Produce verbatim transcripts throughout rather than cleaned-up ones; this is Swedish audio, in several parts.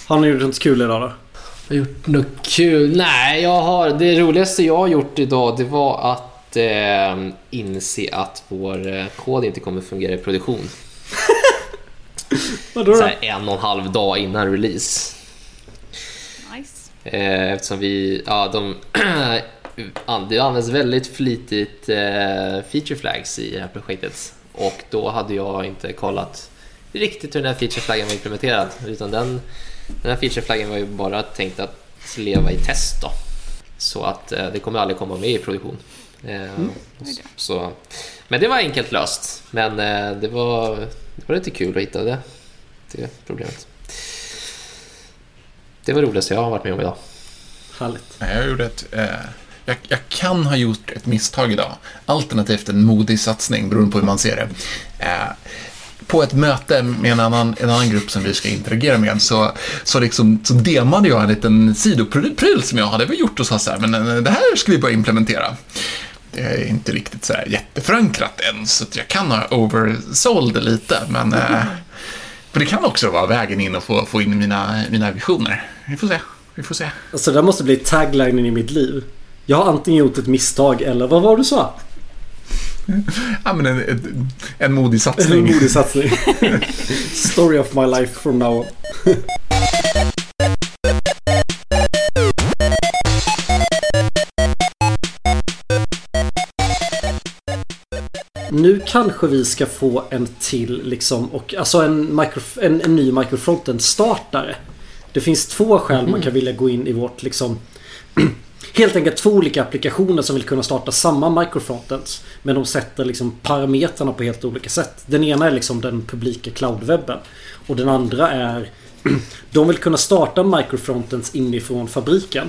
Har ni gjort något kul idag då? Jag har gjort något kul? Nej, jag har, det roligaste jag har gjort idag, det var att eh, inse att vår eh, kod inte kommer fungera i produktion. Vadå då? Så här en och en halv dag innan release. Nice. Eh, eftersom vi, ja, de det används väldigt flitigt eh, feature flags i det här projektet. Och då hade jag inte kollat riktigt hur den här feature flaggen var implementerad, utan den, den här feature flaggen var ju bara tänkt att leva i test då. Så att eh, det kommer aldrig komma med i produktion. Eh, Mm. så, men det var enkelt löst. Men eh, det, var, det var lite kul att hitta det, det problemet. Det var roligast jag har varit med om idag. Härligt. Jag gjorde ett... Eh, jag, jag kan ha gjort ett misstag idag. Alternativt en modig satsning, beroende på hur man ser det. Eh, på ett möte med en annan, en annan grupp som vi ska interagera med så, så, liksom, så demade jag en liten sidopryl som jag hade gjort och sa så här, men det här ska vi bara implementera. Det är inte riktigt så här jätteförankrat än, så att jag kan ha oversold lite, men, eh, men det kan också vara vägen in och få, få in mina, mina visioner. Vi får se. Vi får se. Alltså det måste bli taglinen i mitt liv. Jag har antingen gjort ett misstag eller vad var du sa? Ja, men en, en, en modig satsning. En modig satsning. Story of my life from now on. Nu kanske vi ska få en till liksom, och, alltså en, micro, en, en ny microfrontend-startare. Det finns två skäl mm. man kan vilja gå in i vårt liksom, helt enkelt två olika applikationer som vill kunna starta samma microfrontends, men de sätter liksom parametrarna på helt olika sätt. Den ena är liksom den publika cloudwebben och den andra är de vill kunna starta microfrontends inifrån fabriken.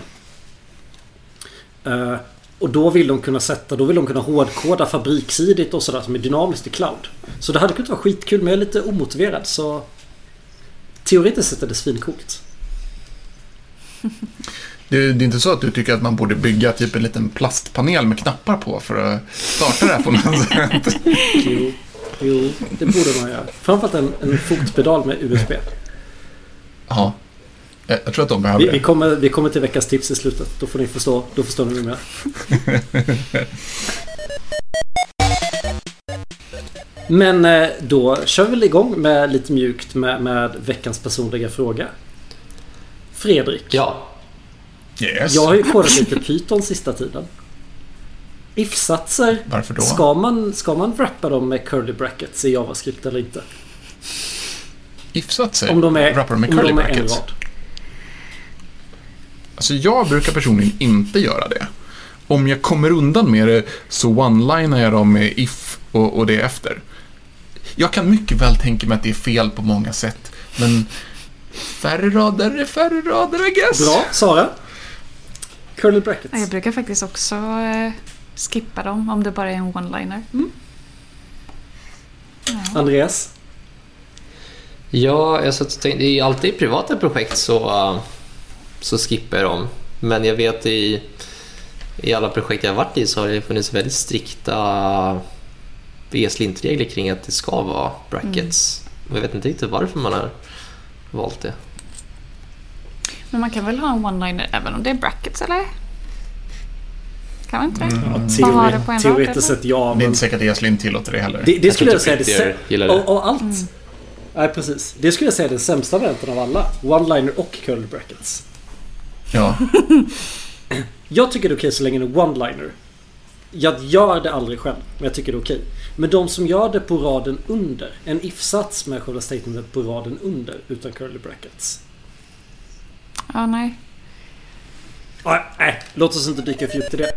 Uh, och då vill de kunna sätta, då vill de kunna hårdkoda fabrikssidigt och sådär som är dynamiskt i cloud. Så det hade kunnat vara skitkul, men jag är lite omotiverad, så teoretiskt sett är det svincoolt. Det, det är inte så att du tycker att man borde bygga typ en liten plastpanel med knappar på för att starta det här på något sätt? Jo, jo, det borde man göra. Framförallt en, en fotpedal med U S B. Ja, jag, jag tror att de behöver vi, det. Vi kommer, vi kommer till veckans tips i slutet. Då får ni förstå, då förstår ni mer. Men då kör vi igång med lite mjukt med, med veckans personliga fråga. Fredrik. Ja. Yes. Jag har ju kodat lite Python sista tiden. If-satser. Varför då? Ska man, ska man wrappa dem med curly brackets i JavaScript eller inte? If-satser? Om de är, wrappa dem med om curly de är brackets? en rad. Alltså jag brukar personligen inte göra det. Om jag kommer undan med det så one-linar jag dem med if och, och det efter. Jag kan mycket väl tänka mig att det är fel på många sätt, men färre rader är färre rader, I guess. Bra, Sara. Curly brackets. Jag brukar faktiskt också eh, skippa dem om det bara är en one-liner. Mm. Ja. Andreas? Ja, jag så tänkte, det är alltid i privata projekt så, uh, så skippar jag dem. Men jag vet i, i alla projekt jag har varit i så har det funnits väldigt strikta E S L I N-regler kring att det ska vara brackets. Mm. Jag vet inte riktigt varför man har valt det. Men man kan väl ha en one-liner även om det är brackets, eller? Kan man inte det? Mm. Bara ha det på en rad, Teoretiskt sett ja. Det är inte säkert att E S L I N tillåter det heller. Det, det skulle jag, jag säga det, det, det. och, och allt. Mm. Nej, precis. Det skulle jag säga är den sämsta varianten av alla. One-liner och curly brackets. Ja. Jag tycker det är okej så länge det är one-liner. Jag gör det aldrig själv, men jag tycker det är okej. Men de som gör det på raden under, en if-sats med själva statementet på raden under utan curly brackets. Ja, nej. Ah, nej, låt oss inte dyka för djupt i det.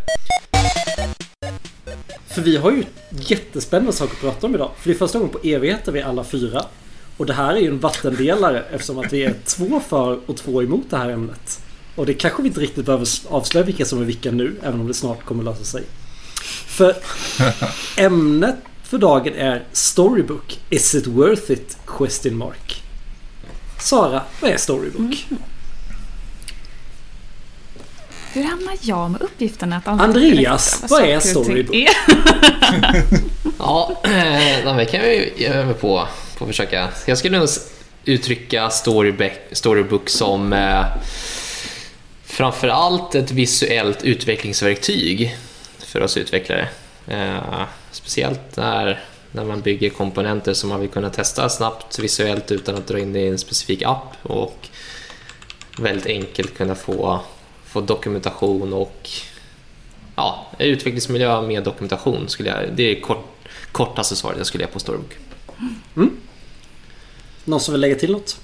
För vi har ju jättespännande saker att prata om idag. För det är första gången på evigheter vi är alla fyra. Och det här är ju en vattendelare eftersom att vi är två för och två emot det här ämnet. Och det kanske vi inte riktigt behöver avslöja vilka som är vilka nu, även om det snart kommer lösa sig. För ämnet för dagen är Storybook. Is it worth it? Question mark. Sara, vad är Storybook? Mm. Hur hamnar jag med uppgiften att alla Andreas, vad är Storybook? Är? Ja, de kan vi ge mig på, på att försöka. Jag skulle nog uttrycka storybook, storybook som eh, framförallt ett visuellt utvecklingsverktyg för oss utvecklare. Eh, speciellt när, när man bygger komponenter som man vill kunna testa snabbt visuellt utan att dra in det i en specifik app, och väldigt enkelt kunna få, få dokumentation och ja, utvecklingsmiljö med dokumentation. Skulle jag, det är kort, kortaste svaret jag skulle ge på Storybook. Mm. Någon som vill lägga till något?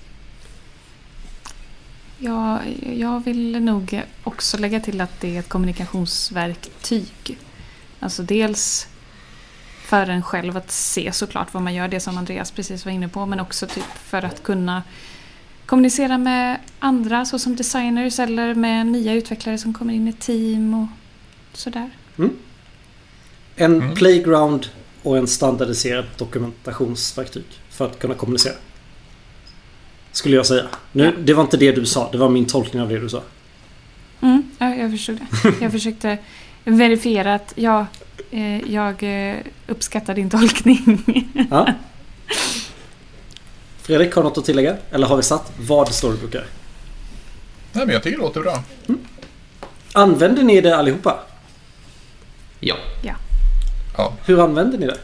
Ja, jag vill nog också lägga till att det är ett kommunikationsverktyg. Alltså dels för en själv att se såklart vad man gör, det som Andreas precis var inne på, men också typ för att kunna kommunicera med andra, så som designers eller med nya utvecklare som kommer in i team och sådär. Mm. En Mm. playground och en standardiserad dokumentationsverktyg för att kunna kommunicera. Skulle jag säga. Nu, Ja. Det var inte det du sa, det var min tolkning av det du sa. Mm, ja, jag förstod det. Jag försökte verifiera att ja, eh, jag eh, uppskattar din tolkning. Ja. Fredrik, har något att tillägga? Eller har vi satt vad Storybook är? Nej, men jag tycker det låter bra. Använder ni det allihopa? Ja. Ja. Hur använder ni det?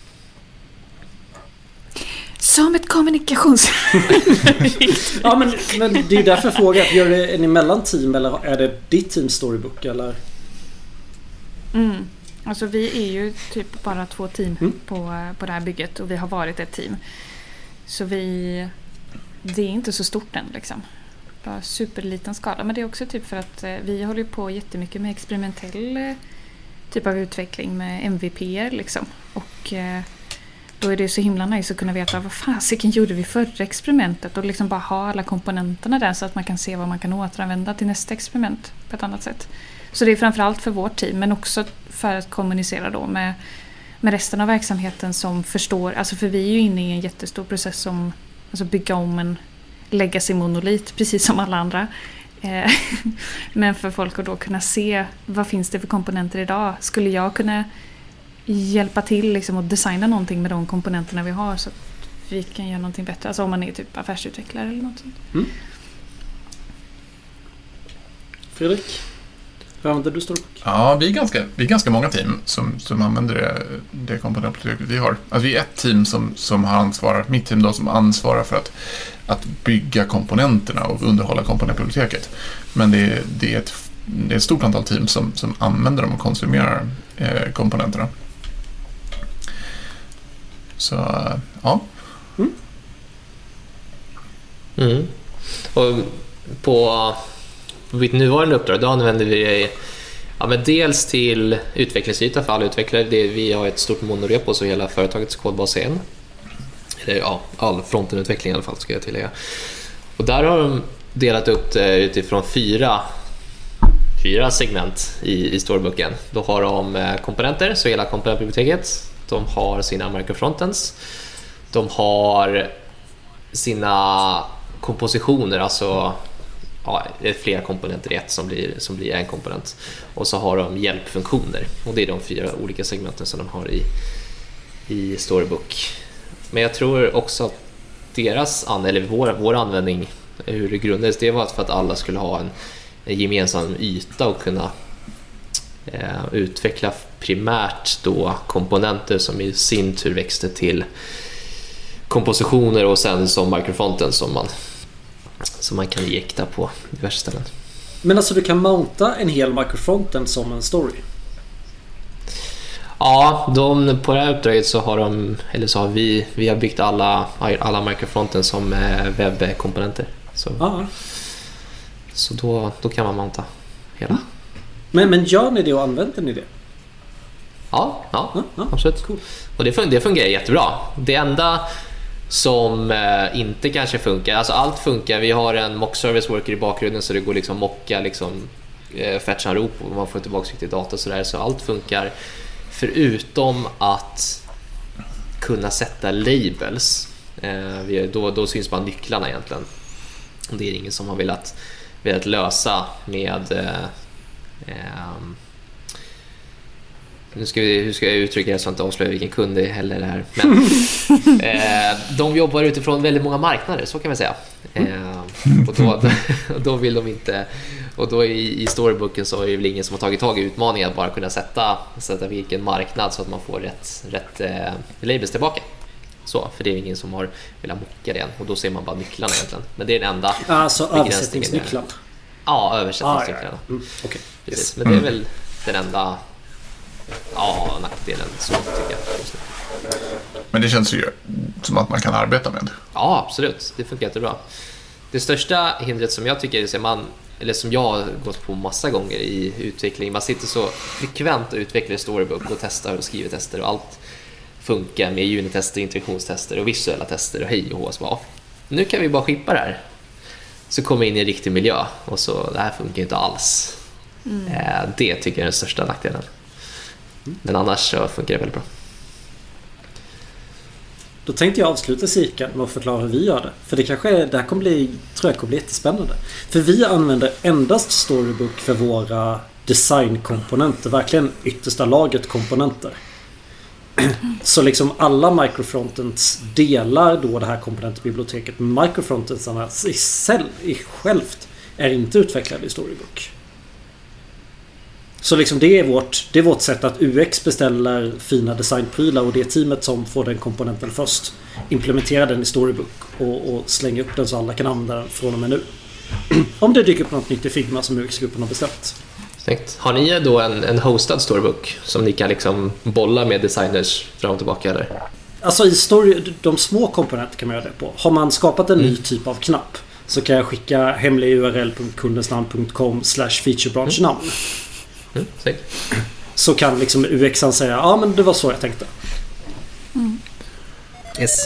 Som ett kommunikations... Ja, men, men det är ju därför jag frågar. Gör det, är ni mellan team eller är det ditt team Storybook? Eller? Mm. Alltså vi är ju typ bara två team Mm. på, på det här bygget, och vi har varit ett team. Så vi... Det är inte så stort än liksom. Bara superliten skala. Men det är också typ för att eh, vi håller på jättemycket med experimentell eh, typ av utveckling med M V P liksom. Och eh, då är det så himla nice att kunna veta vad fasiken gjorde vi förra experimentet, och liksom bara ha alla komponenterna där så att man kan se vad man kan återanvända till nästa experiment på ett annat sätt. Så det är framförallt för vårt team, men också för att kommunicera då med, med resten av verksamheten som förstår, alltså för vi är ju inne i en jättestor process som alltså bygga om en legacy-monolit precis som alla andra. Eh, men för folk att då kunna se vad finns det för komponenter idag, skulle jag kunna hjälpa till liksom att designa någonting med de komponenterna vi har så att vi kan göra någonting bättre, alltså om man är typ affärsutvecklare eller något sånt. Mm. Fredrik, hur använder du Storybook? Ja, vi är ganska, vi är ganska många team som, som använder det, det komponentbiblioteket vi har. Alltså vi är ett team som, som har ansvarar, mitt team då, som ansvarar för att, att bygga komponenterna och underhålla komponentbiblioteket. Men det är, det är, ett, det är ett stort antal team som, som använder dem och konsumerar eh, komponenterna. Så, ja. Mm. Och på, på mitt nuvarande uppdrag då använder vi det ja, men dels till utvecklingsyta för alla utvecklare. Det, vi har ett stort monorepo så hela företagets kodbas är en. Eller ja, all frontenutveckling i alla fall ska jag tillägga. Och där har de delat upp det utifrån fyra, fyra segment i, i storybooken. Då har de komponenter, så hela komponentbiblioteket. De har sina microfrontends. De har sina kompositioner, alltså ja, det är flera komponenter i ett som blir, som blir en komponent. Och så har de hjälpfunktioner. Och det är de fyra olika segmenten som de har i, i Storybook. Men jag tror också att deras, eller vår, vår användning, hur det grundades, det var för att alla skulle ha en, en gemensam yta och kunna eh, utveckla primärt då komponenter som i sin tur växte till kompositioner och sen som microfronten som man, som man kan injekta på diverse ställen. Men alltså du kan mounta en hel microfronten som en story? Ja, de, på det här uppdraget så har de, eller så har vi, vi har byggt alla, alla microfronten som webbkomponenter. Så, Ja. så då, då kan man mounta hela. Men, men gör ni det och använder ni det? Ja, ja, Ja, ja. absolut. Cool. Och det, fun- det fungerar jättebra. Det enda som eh, inte kanske funkar, alltså allt funkar. Vi har en mock service worker i bakgrunden så det går liksom mocka liksom eh, fetch-anrop och man får tillbaka riktigt data så där, så allt funkar förutom att kunna sätta labels. Eh, vi, då, då syns bara nycklarna egentligen. Det är ingen som har velat, velat lösa med eh, eh, nu ska vi, hur ska jag uttrycka det så att jag inte avslöjar vilken kund det heller är. Men eh, de jobbar utifrån väldigt många marknader, så kan man säga. Eh, och då, då, då vill de inte. Och då i, i storybooken så är det väl ingen som har tagit tag i utmaningen att bara kunna sätta, sätta vilken marknad så att man får rätt, rätt eh, labels tillbaka. Så, för det är ingen som har velat mocka det. Och då ser man bara nycklarna egentligen. Men det är den enda alltså översättningsnycklarna. Ja, översättningsnycklarna. Ah, ja, ja. Mm, okay. Precis. Yes. Men det är väl den enda ja, nackdelen så tycker jag. Men det känns ju som att man kan arbeta med. Ja, absolut. Det funkar jättebra. Det största hindret som jag tycker är man, eller som jag har gått på massa gånger i utveckling, man sitter så frekvent och utvecklar storybook och testar och skriver tester och allt funkar med unitester, integrationstester och visuella tester och hej och hå. Så bara, nu kan vi bara skippa det här. Så kommer in i en riktig miljö och så det här funkar inte alls. Mm. Det tycker jag är den största nackdelen. Men annars så funkar det väldigt bra. Då tänkte jag avsluta cirkeln med att förklara hur vi gör det. För det kanske är, det här kommer bli, tror jag kommer bli jättespännande. För vi använder endast Storybook för våra designkomponenter. Verkligen yttersta laget komponenter. Så liksom alla microfrontends delar då det här komponentbiblioteket. Men microfrontensarna i, själv, i självt är inte utvecklade i Storybook. Så liksom det är vårt, det är vårt sätt att U X beställer fina designprylar och det är teamet som får den komponenten först. Implementera den i Storybook och, och slänga upp den så alla kan använda den från och med nu. Om det dyker upp något nytt i Figma som U X-gruppen har beställt. Snyggt. Har ni då en, en hostad Storybook som ni kan liksom bolla med designers fram och tillbaka eller? Alltså i story, de små komponenter kan man göra det på. Har man skapat en mm. ny typ av knapp så kan jag skicka hemlig U R L punkt kundensnamn punkt com slash featurebranschnamn. Mm. Mm, så kan liksom U X:an säga ja men det var så jag tänkte. Mm. Yes.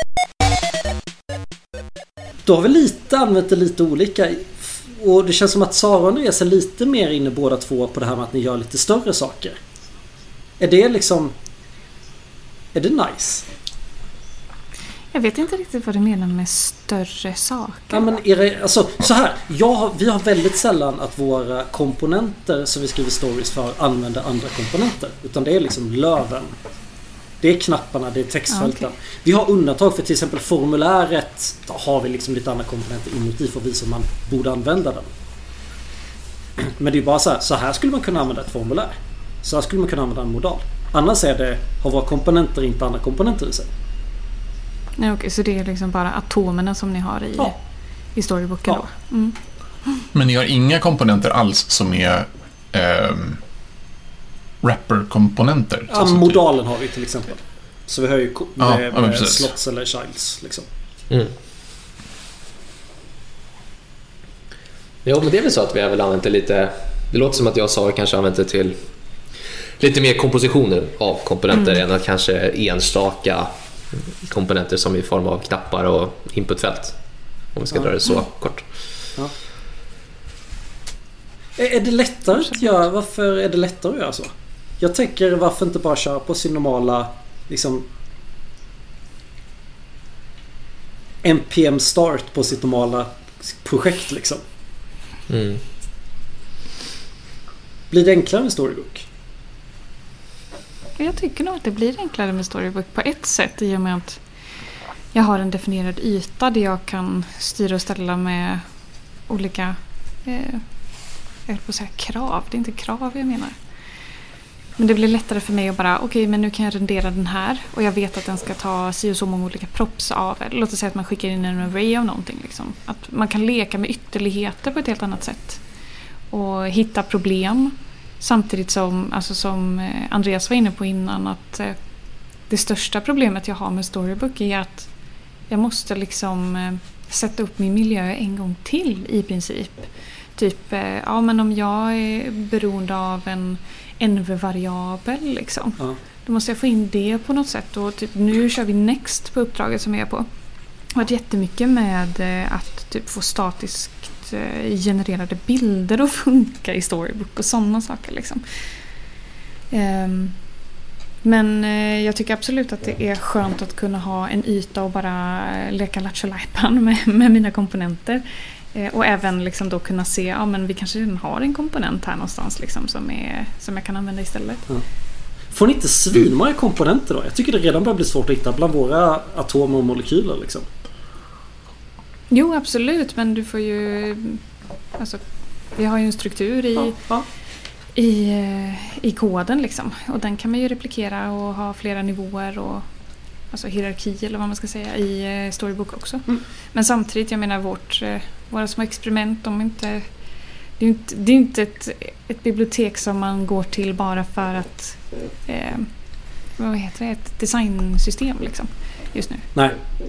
Då har vi lite använt det lite olika och det känns som att Sara och Andreas är lite mer inne båda två på det här med att ni gör lite större saker. Är det liksom är det nice? Jag vet inte riktigt vad du menar med större saker. Ja, men är det, alltså, så här, jag har, vi har väldigt sällan att våra komponenter som vi skriver stories för använder andra komponenter. Utan det är liksom löven. Det är knapparna, det är textfälten. Okay. Vi har undantag för till exempel formuläret. Då har vi liksom lite andra komponenter inuti för att visa hur man borde använda den. Men det är bara så här, så här skulle man kunna använda ett formulär. Så här skulle man kunna använda en modal. Annars är det, har våra komponenter inte andra komponenter i sig. Nej, okej, så det är liksom bara atomerna som ni har i, ja. i storybooken ja. då? Mm. Men ni har inga komponenter alls som är eh, wrapper-komponenter? Ja, modalen har vi till exempel. Så vi har ju med, ja, med slots eller childs liksom. Mm. Jo, men det är väl så att vi har väl använt det lite. Det låter som att jag sa kanske använt det till lite mer kompositioner av komponenter mm. än att kanske enstaka komponenter som i form av knappar och inputfält. Om vi ska ja. dra det så mm. kort. Ja. Är det lättare att göra? Varför är det lättare att göra så? Jag tänker varför inte bara köra på sin normala liksom N P M start på sitt normala projekt liksom. Mm. Blir det enklare med Storybook? Jag tycker nog att det blir enklare med Storybook på ett sätt i och med att jag har en definierad yta där jag kan styra och ställa med olika eh, jag höll på att säga krav. Det är inte krav jag menar. Men det blir lättare för mig att bara okej, okay, men nu kan jag rendera den här och jag vet att den ska ta sig och så många olika props av. Låt oss säga att man skickar in en array av någonting liksom. Att man kan leka med ytterligheter på ett helt annat sätt och hitta problem. Samtidigt som, alltså som Andreas var inne på innan, att eh, det största problemet jag har med Storybook är att jag måste liksom eh, sätta upp min miljö en gång till i princip. Typ, eh, ja men om jag är beroende av en N V-variabel liksom, ja. Då måste jag få in det på något sätt. Och typ, nu kör vi Next på uppdraget som jag är på. Det har varit jättemycket med eh, att typ, få statiskt genererade bilder och funka i Storybook och sådana saker liksom. Um, men uh, jag tycker absolut att det är skönt att kunna ha en yta och bara leka lattjo-lajpan med, med mina komponenter. Uh, och även liksom då kunna se, ja men vi kanske redan har en komponent här någonstans liksom, som, är, som jag kan använda istället. Mm. Får ni inte svinmånga komponenter då? Jag tycker det redan börjar bli svårt att hitta bland våra atomer och molekyler liksom. Jo, absolut, men du får ju... Alltså, vi har ju en struktur i, ja, ja. i, i koden liksom. Och den kan man ju replikera och ha flera nivåer och alltså hierarki eller vad man ska säga i Storybook också. Mm. Men samtidigt, jag menar vårt, våra små experiment, de är inte... Det är inte, det är inte ett, ett bibliotek som man går till bara för att eh, vad heter det, ett designsystem liksom, just nu. Nej.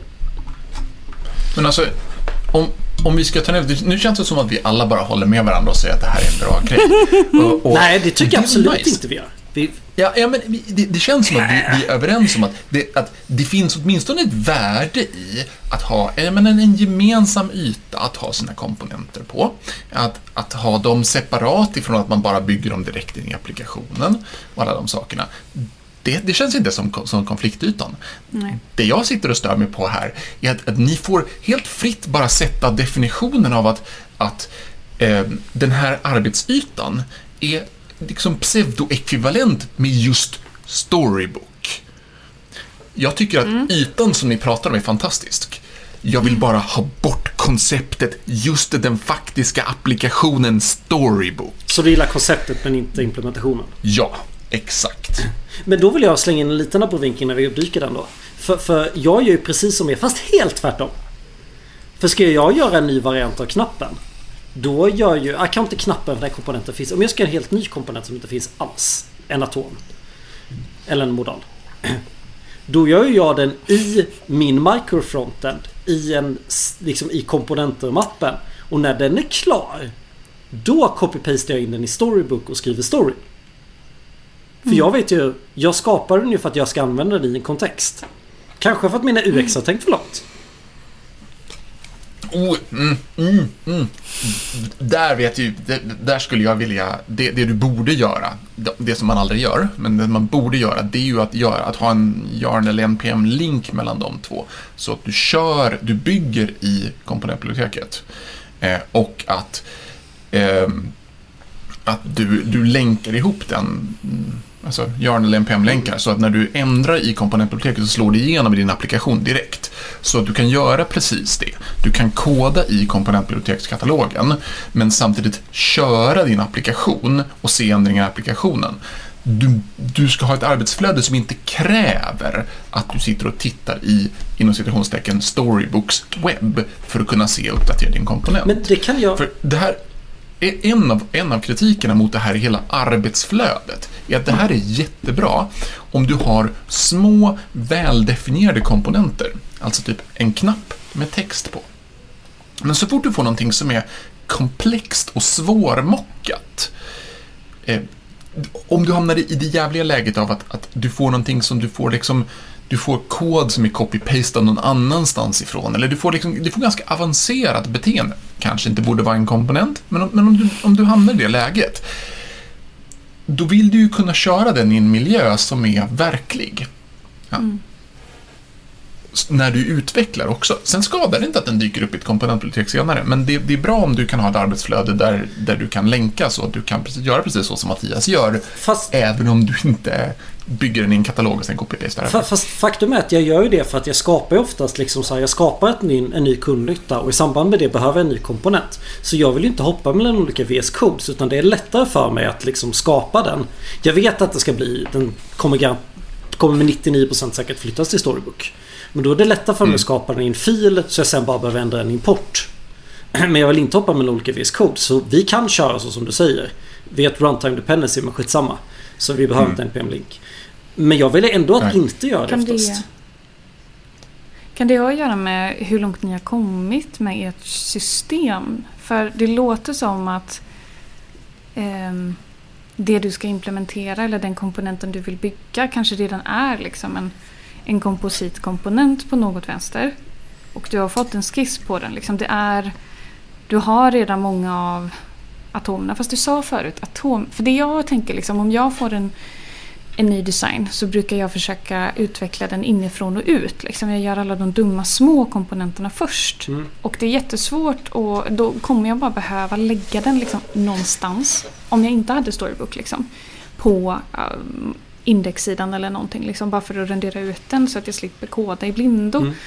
Men alltså, om, om vi ska ta ner, nu känns det som att vi alla bara håller med varandra och säger att det här är en bra grej. Och, och, Nej, det tycker jag absolut nice. inte vi gör. Vi... Ja, ja, men vi, det, det känns som att vi, vi är överens om att det, att det finns åtminstone ett värde i att ha ja, men en, en gemensam yta att ha sina komponenter på. Att, att ha dem separat ifrån att man bara bygger dem direkt in i applikationen och alla de sakerna. Det, det känns inte som, som konfliktytan. Nej. Det jag sitter och stör mig på här är att, att ni får helt fritt bara sätta definitionen av att, att eh, den här arbetsytan är liksom pseudoekvivalent med just Storybook. Jag tycker att mm. ytan som ni pratar om är fantastisk. Jag vill bara ha bort konceptet, just den faktiska applikationen Storybook. Så du gillar konceptet men inte implementationen? Ja, exakt. Men då vill jag slänga in en liten abrovink när vi dyker den då. För, för jag gör ju precis som er, fast helt tvärtom. För ska jag göra en ny variant av knappen, då gör ju, jag kan inte knappen där komponenten finns. Om jag ska göra en helt ny komponent som inte finns alls, en atom eller en modal, då gör jag den i min microfrontend i en liksom i komponenter-mappen, och när den är klar, då copy-pastar jag in den i Storybook och skriver story. För mm. jag vet ju, jag skapar den ju för att jag ska använda den i en kontext. Kanske för att mina U X har tänkt för långt. Oh, mm, mm, mm. Där vet ju, det, där skulle jag vilja, det, det du borde göra, det som man aldrig gör, men det man borde göra, det är ju att, göra, att ha en Yarn eller N P M-link mellan de två. Så att du kör, du bygger i komponentbiblioteket. Eh, och att, eh, att du, du länkar ihop den, alltså Yarn eller N P M-länkar, så att när du ändrar i komponentbiblioteket så slår det igenom i din applikation direkt. Så att du kan göra precis det. Du kan koda i komponentbibliotekskatalogen, men samtidigt köra din applikation och se ändringar i applikationen. Du, du ska ha ett arbetsflöde som inte kräver att du sitter och tittar i, inom citationstecken, Storybooks webb för att kunna se och uppdatera din komponent. Men det kan jag... För det här är en av, en av kritikerna mot det här hela arbetsflödet, är att det här är jättebra om du har små, väldefinierade komponenter. Alltså typ en knapp med text på. Men så fort du får någonting som är komplext och svårmockat, eh, om du hamnar i det jävliga läget av att, att du får någonting som du får liksom, du får kod som är copy-pastad någon annanstans ifrån, eller du får, liksom, du får ganska avancerat beteende. Kanske inte borde vara en komponent, men om, men om, du, om du hamnar i det läget, då vill du ju kunna köra den i en miljö som är verklig. Ja. Mm. När du utvecklar också. Sen skadar det inte att den dyker upp i ett komponentbibliotek senare, men det, det är bra om du kan ha ett arbetsflöde där, där du kan länka, så att du kan precis, göra precis så som Mattias gör. Fast, även om du inte bygger den i en katalog och sen copy-pastar. Fast, fast faktum är att jag gör ju det för att jag skapar ju oftast liksom så här, jag skapar ett ny, en ny kundnytta, och i samband med det behöver jag en ny komponent. Så jag vill ju inte hoppa mellan olika V S Codes, utan det är lättare för mig att liksom skapa den. Jag vet att det ska bli, den kommer, kommer med nittionio procent säkert flyttas till Storybook. Men då är det lättare för mig mm. att skapa den i en fil, så jag sen bara behöver ändra en import. Men jag vill inte hoppa med olika V S Codes, så vi kan köra så som du säger. Vi har ett runtime dependency, men skitsamma. Så vi behöver inte mm. N P M-link. Men jag vill ändå att Nej. inte göra det oftast. Det, kan det ha att göra med hur långt ni har kommit med ert system? För det låter som att eh, det du ska implementera, eller den komponenten du vill bygga, kanske redan är liksom en en kompositkomponent på något vänster, och du har fått en skiss på den. Liksom det är, du har redan många av atomerna, fast du sa förut atom, för det jag tänker liksom, om jag får en, en ny design, så brukar jag försöka utveckla den inifrån och ut. Liksom jag gör alla de dumma små komponenterna först. Mm. Och det är jättesvårt, och då kommer jag bara behöva lägga den liksom någonstans, om jag inte hade Storybook liksom, på um, indexsidan eller någonting. Liksom, bara för att rendera ut den så att jag slipper koda i blindo. Mm.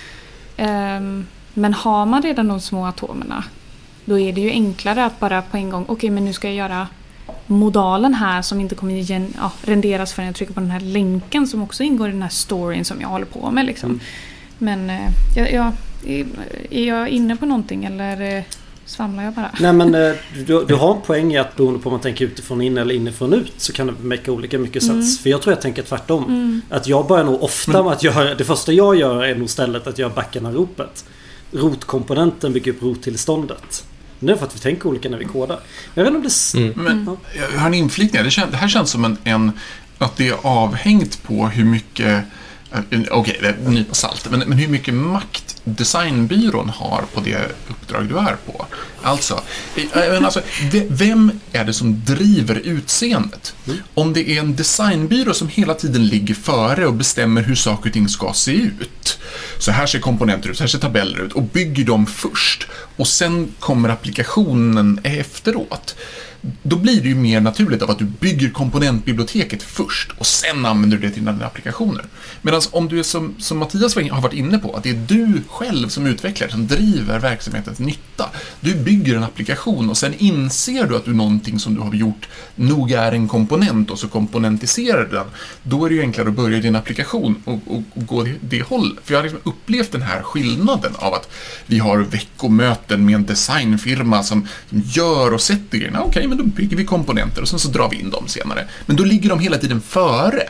Um, men har man redan de små atomerna, då är det ju enklare att bara på en gång, okej okay, men nu ska jag göra modalen här som inte kommer igen, ja, renderas förrän jag trycker på den här länken som också ingår i den här storyn som jag håller på med. Liksom. Mm. Men uh, jag, jag, är, är jag inne på någonting eller uh, svamlar jag bara? Nej, men uh, du, du har en poäng i att beroende på om man tänker utifrån in eller inifrån ut så kan det make olika mycket mm. sens. För jag tror jag tänker tvärtom. Mm. Att jag börjar nog ofta mm. med att göra, det första jag gör är nog stället att göra backarna-ropet. Rotkomponenten bygger upp rottillståndet. Det är för att vi tänker olika när vi kodar. Jag vet inte om det... Mm. Men, jag har en inflikning. Det, kän, det här känns som en, en... Att det är avhängt på hur mycket... Okej, okay, det är en nypa salt. Men, men hur mycket makt designbyrån har på det uppdrag du är på. Alltså, alltså vem är det som driver utseendet? Mm. Om det är en designbyrå som hela tiden ligger före och bestämmer hur saker och ting ska se ut. Så här ser komponenter ut, så här ser tabeller ut och bygger dem först. Och sen kommer applikationen efteråt. Då blir det ju mer naturligt av att du bygger komponentbiblioteket först och sen använder du det till dina applikationer. Medan om du är som, som Mattias har varit inne på, att det är du själv som utvecklare som driver verksamhetens nytta. Du bygger en applikation och sen inser du att du någonting som du har gjort nog är en komponent och så komponentiserar den. Då är det ju enklare att börja i din applikation och, och, och gå det, det håll. För jag har liksom upplevt den här skillnaden av att vi har veckomöten med en designfirma som, som gör och sätter grejerna. Okej, men då bygger vi komponenter och sen så drar vi in dem senare. Men då ligger de hela tiden före.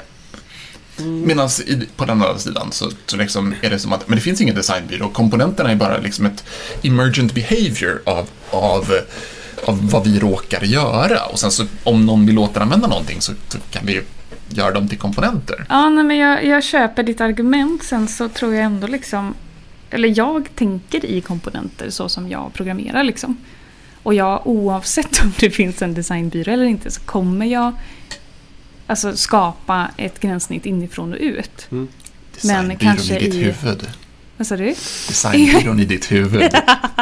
Mm. Medan på den andra sidan så, så liksom är det som att men det finns ingen designbyrå. Komponenterna är bara liksom ett emergent behavior av, av, av vad vi råkar göra. Och sen så om någon vill återanvända någonting så, så kan vi göra dem till komponenter. Ja, nej, men jag, jag köper ditt argument. Sen så tror jag ändå liksom, eller jag tänker i komponenter så som jag programmerar liksom. Och jag, oavsett om det finns en designbyrå eller inte, så kommer jag alltså skapa ett gränssnitt inifrån och ut. Mm. Men kanske i ditt i... huvud. Vad sa du? Designbyrån i ditt huvud.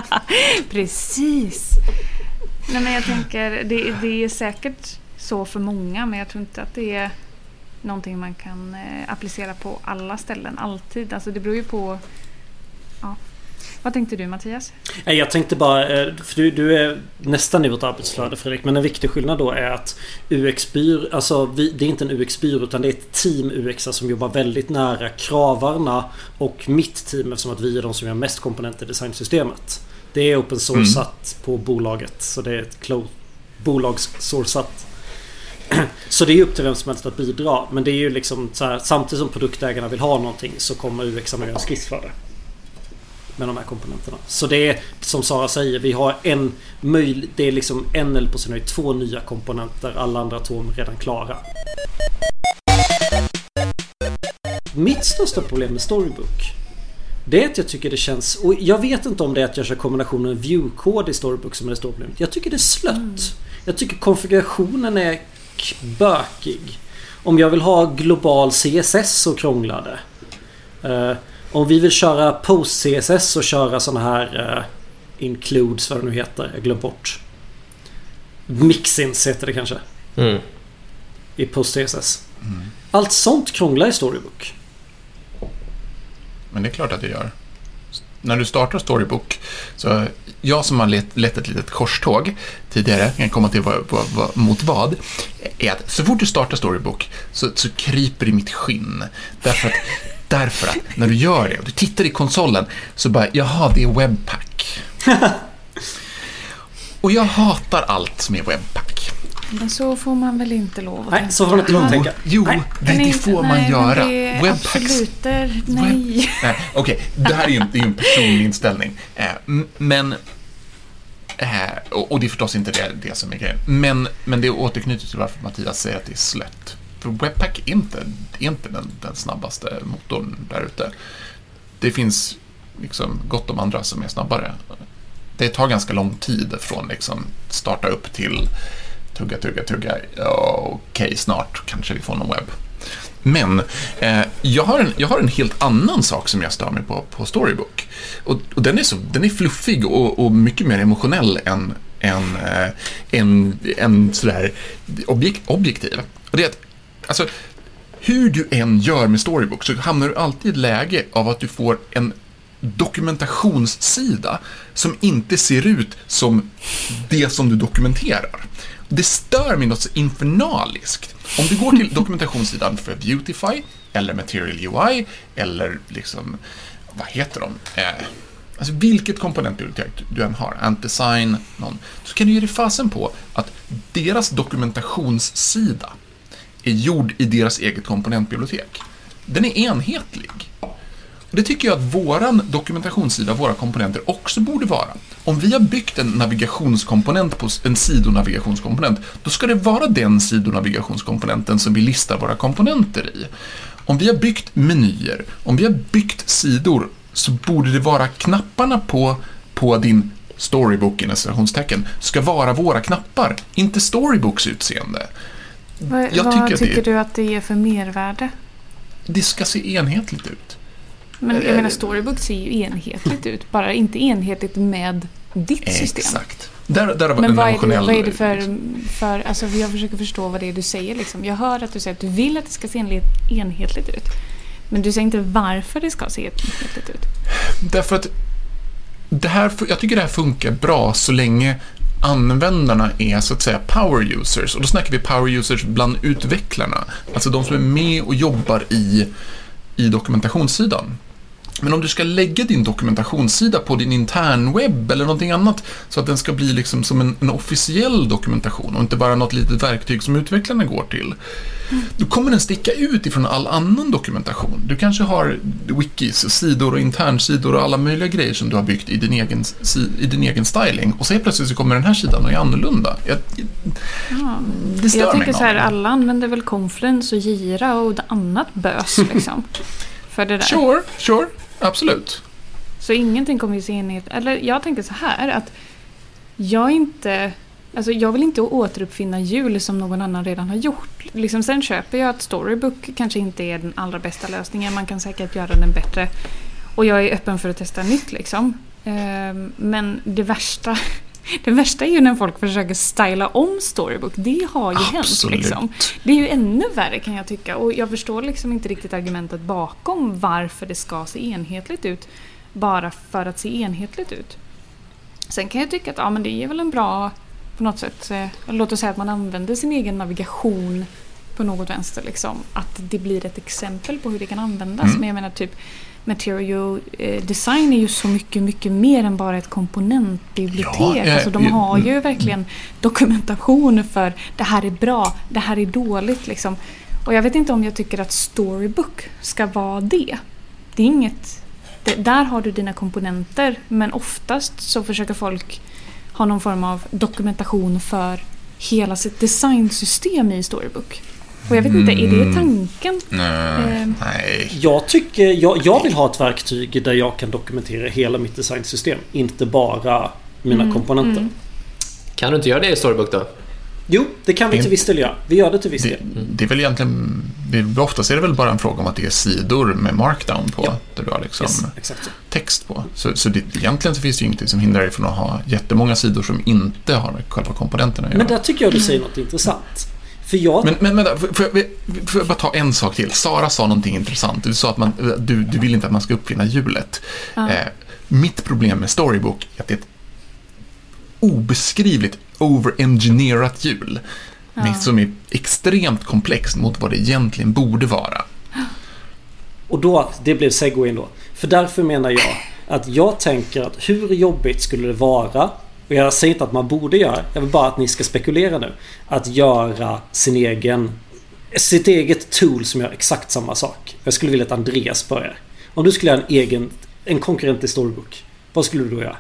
Precis. Nej, men jag tänker, det, det är säkert så för många, men jag tror inte att det är någonting man kan eh, applicera på alla ställen alltid. Alltså det beror ju på... Ja. Vad tänkte du, Mattias? Jag tänkte bara, för du, du är nästan i vårt arbetsflöde, Fredrik, men en viktig skillnad då är att U X-byrå, alltså vi, det är inte en U X-byrå utan det är ett team U X som jobbar väldigt nära kravarna och mitt team, eftersom att vi är de som gör mest komponenter i designsystemet. Det är open sourcat mm. på bolaget, så det är ett close, bolagssourcat. Så det är upp till vem som helst att bidra, men det är ju liksom så här, samtidigt som produktägarna vill ha någonting så kommer U X att göra en skiss för det. Med de här komponenterna. Så det är som Sara säger, vi har en möjlig, det är liksom en eller på sin höjd två nya komponenter, alla andra atomer redan klara. Mitt största problem med Storybook, det är att jag tycker det känns, och jag vet inte om det är att jag kör kombinationen view-kod i Storybook som är det stora problemet. Jag tycker det är slött. Mm. Jag tycker konfigurationen är bökig. Om jag vill ha global C S S så krånglade. Uh, Om vi vill köra post-C S S och köra såna här uh, includes, vad det nu heter, jag glömde bort. Mixins heter det kanske. Mm. I post-C S S. Mm. Allt sånt krånglar i Storybook. Men det är klart att det gör. När du startar Storybook, så jag som har lett, lett ett litet korståg tidigare, kan komma till vad, vad, vad, mot vad, är att så fort du startar Storybook så, så kryper i mitt skinn. Därför att Därför att när du gör det och du tittar i konsolen så bara, jaha, det är Webpack. Och jag hatar allt som är Webpack. Men så får man väl inte lov att nej, tänka. så får man inte lov att tänka. Jo, nej, det, det får man nej, göra. Det absoluter, nej. Web, nej Okej, okay, det här är ju en, en personlig inställning. Eh, men eh, och, och det är förstås inte det, det som är grejen. Men, men det återknyter till varför Mattias säger att det är slött. För Webpack är inte, är inte den, den snabbaste motorn där ute. Det finns liksom gott om andra som är snabbare. Det tar ganska lång tid från liksom starta upp till tugga, tugga, tugga. Ja, okej, okay, snart kanske vi får någon webb. Men eh, jag, har en, jag har en helt annan sak som jag stör mig på på Storybook. Och, och den är så, den är fluffig och, och mycket mer emotionell än en, en, en sådär objek, objektiv. Och det är att, alltså, hur du än gör med Storybook så hamnar du alltid i ett läge av att du får en dokumentationssida som inte ser ut som det som du dokumenterar. Det stör mig något så infernaliskt. Om du går till dokumentationssidan för Beautify eller Material U I eller liksom, vad heter de? Eh, alltså vilket komponentbibliotek du än har, Antdesign, någon, så kan du ge dig fasen på att deras dokumentationssida är gjord i deras eget komponentbibliotek. Den är enhetlig. Det tycker jag att våran dokumentationssida, våra komponenter också borde vara. Om vi har byggt en navigationskomponent på en sidonavigationskomponent, då ska det vara den sidonavigationskomponenten som vi listar våra komponenter i. Om vi har byggt menyer, om vi har byggt sidor, så borde det vara knapparna på, på din Storybook, i citationstecken, ska vara våra knappar, inte Storybooks utseende. Vad, jag vad tycker, tycker det, du att det är för mervärde? Det ska se enhetligt ut. Men jag menar, Storybook ser ju enhetligt ut, bara inte enhetligt med ditt system. Exakt. Där, där var men vad är, det, emotionell, vad är det för, liksom. för alltså jag försöker förstå vad det är du säger liksom. Jag hör att du säger att du vill att det ska se enhetligt ut, men du säger inte varför det ska se enhetligt ut. Därför att det här, jag tycker det här funkar bra så länge användarna är så att säga power users, och då snackar vi power users bland utvecklarna, alltså de som är med och jobbar i, i dokumentationssidan. Men om du ska lägga din dokumentationssida på din internwebb eller någonting annat så att den ska bli liksom som en, en officiell dokumentation och inte bara något litet verktyg som utvecklarna går till, då kommer den sticka ut ifrån all annan dokumentation. Du kanske har wikis och sidor och internsidor och alla möjliga grejer som du har byggt i din egen, i din egen styling, och så plötsligt så kommer den här sidan och är annorlunda. Jag, ja. Det stör jag mig tänker så här, alla använder väl Confluence och Jira och det annat bös liksom. För det där. Sure, sure, absolut. Så ingenting kommer ju se enhet. Eller jag tänker så här att jag inte, alltså jag vill inte återuppfinna hjul som någon annan redan har gjort. Liksom sen köper jag att Storybook kanske inte är den allra bästa lösningen. Man kan säkert göra den bättre. Och jag är öppen för att testa nytt liksom. Men det värsta Det värsta är ju när folk försöker styla om Storybook. Det har ju Absolut. hänt liksom. Det är ju ännu värre kan jag tycka. Och jag förstår liksom inte riktigt argumentet bakom varför det ska se enhetligt ut. Bara för att se enhetligt ut. Sen kan jag tycka att ja, men det är väl en bra på något sätt. Eh, låt oss säga att man använder sin egen navigation på något vänster liksom. Att det blir ett exempel på hur det kan användas. Mm. Men jag menar typ Material eh, Design är ju så mycket, mycket mer än bara ett komponentbibliotek. Ja, eh, alltså de har ju verkligen dokumentation för det här är bra, det här är dåligt liksom. Och jag vet inte om jag tycker att Storybook ska vara det. Det är inget, det, där har du dina komponenter, men oftast så försöker folk ha någon form av dokumentation för hela sitt designsystem i Storybook. Och jag vet inte, är det tanken? Mm. Nej. Jag tycker, jag, jag vill ha ett verktyg där jag kan dokumentera hela mitt designsystem, inte bara mina mm. komponenter. Mm. Kan du inte göra det i Storybook då? Jo, det kan vi till viss del göra. Vi gör det till viss del. Det, det är väl egentligen, oftast är det väl bara en fråga om att det är sidor med markdown på, ja. Där du har liksom yes, exakt. text på. Så, så det, egentligen så finns det ju ingenting som hindrar dig från att ha jättemånga sidor som inte har med själva komponenterna att göra. Men där tycker jag du säger något intressant. För jag... Men, men, men får, jag, får jag bara ta en sak till? Sara sa någonting intressant. Du sa att man, du, du vill inte att man ska uppfinna hjulet. Ja. Eh, mitt problem med Storybook är att det är ett obeskrivligt overengineerat hjul. Ja. Som är extremt komplext mot vad det egentligen borde vara. Och då, det blev segwayn då. För därför menar jag att jag tänker att hur jobbigt skulle det vara, och jag säger inte att man borde göra, jag vill bara att ni ska spekulera nu, att göra sin egen sitt eget tool som gör exakt samma sak. Jag skulle vilja att Andreas börjar. Om du skulle göra en egen en konkurrent i Storybook, vad skulle du då göra?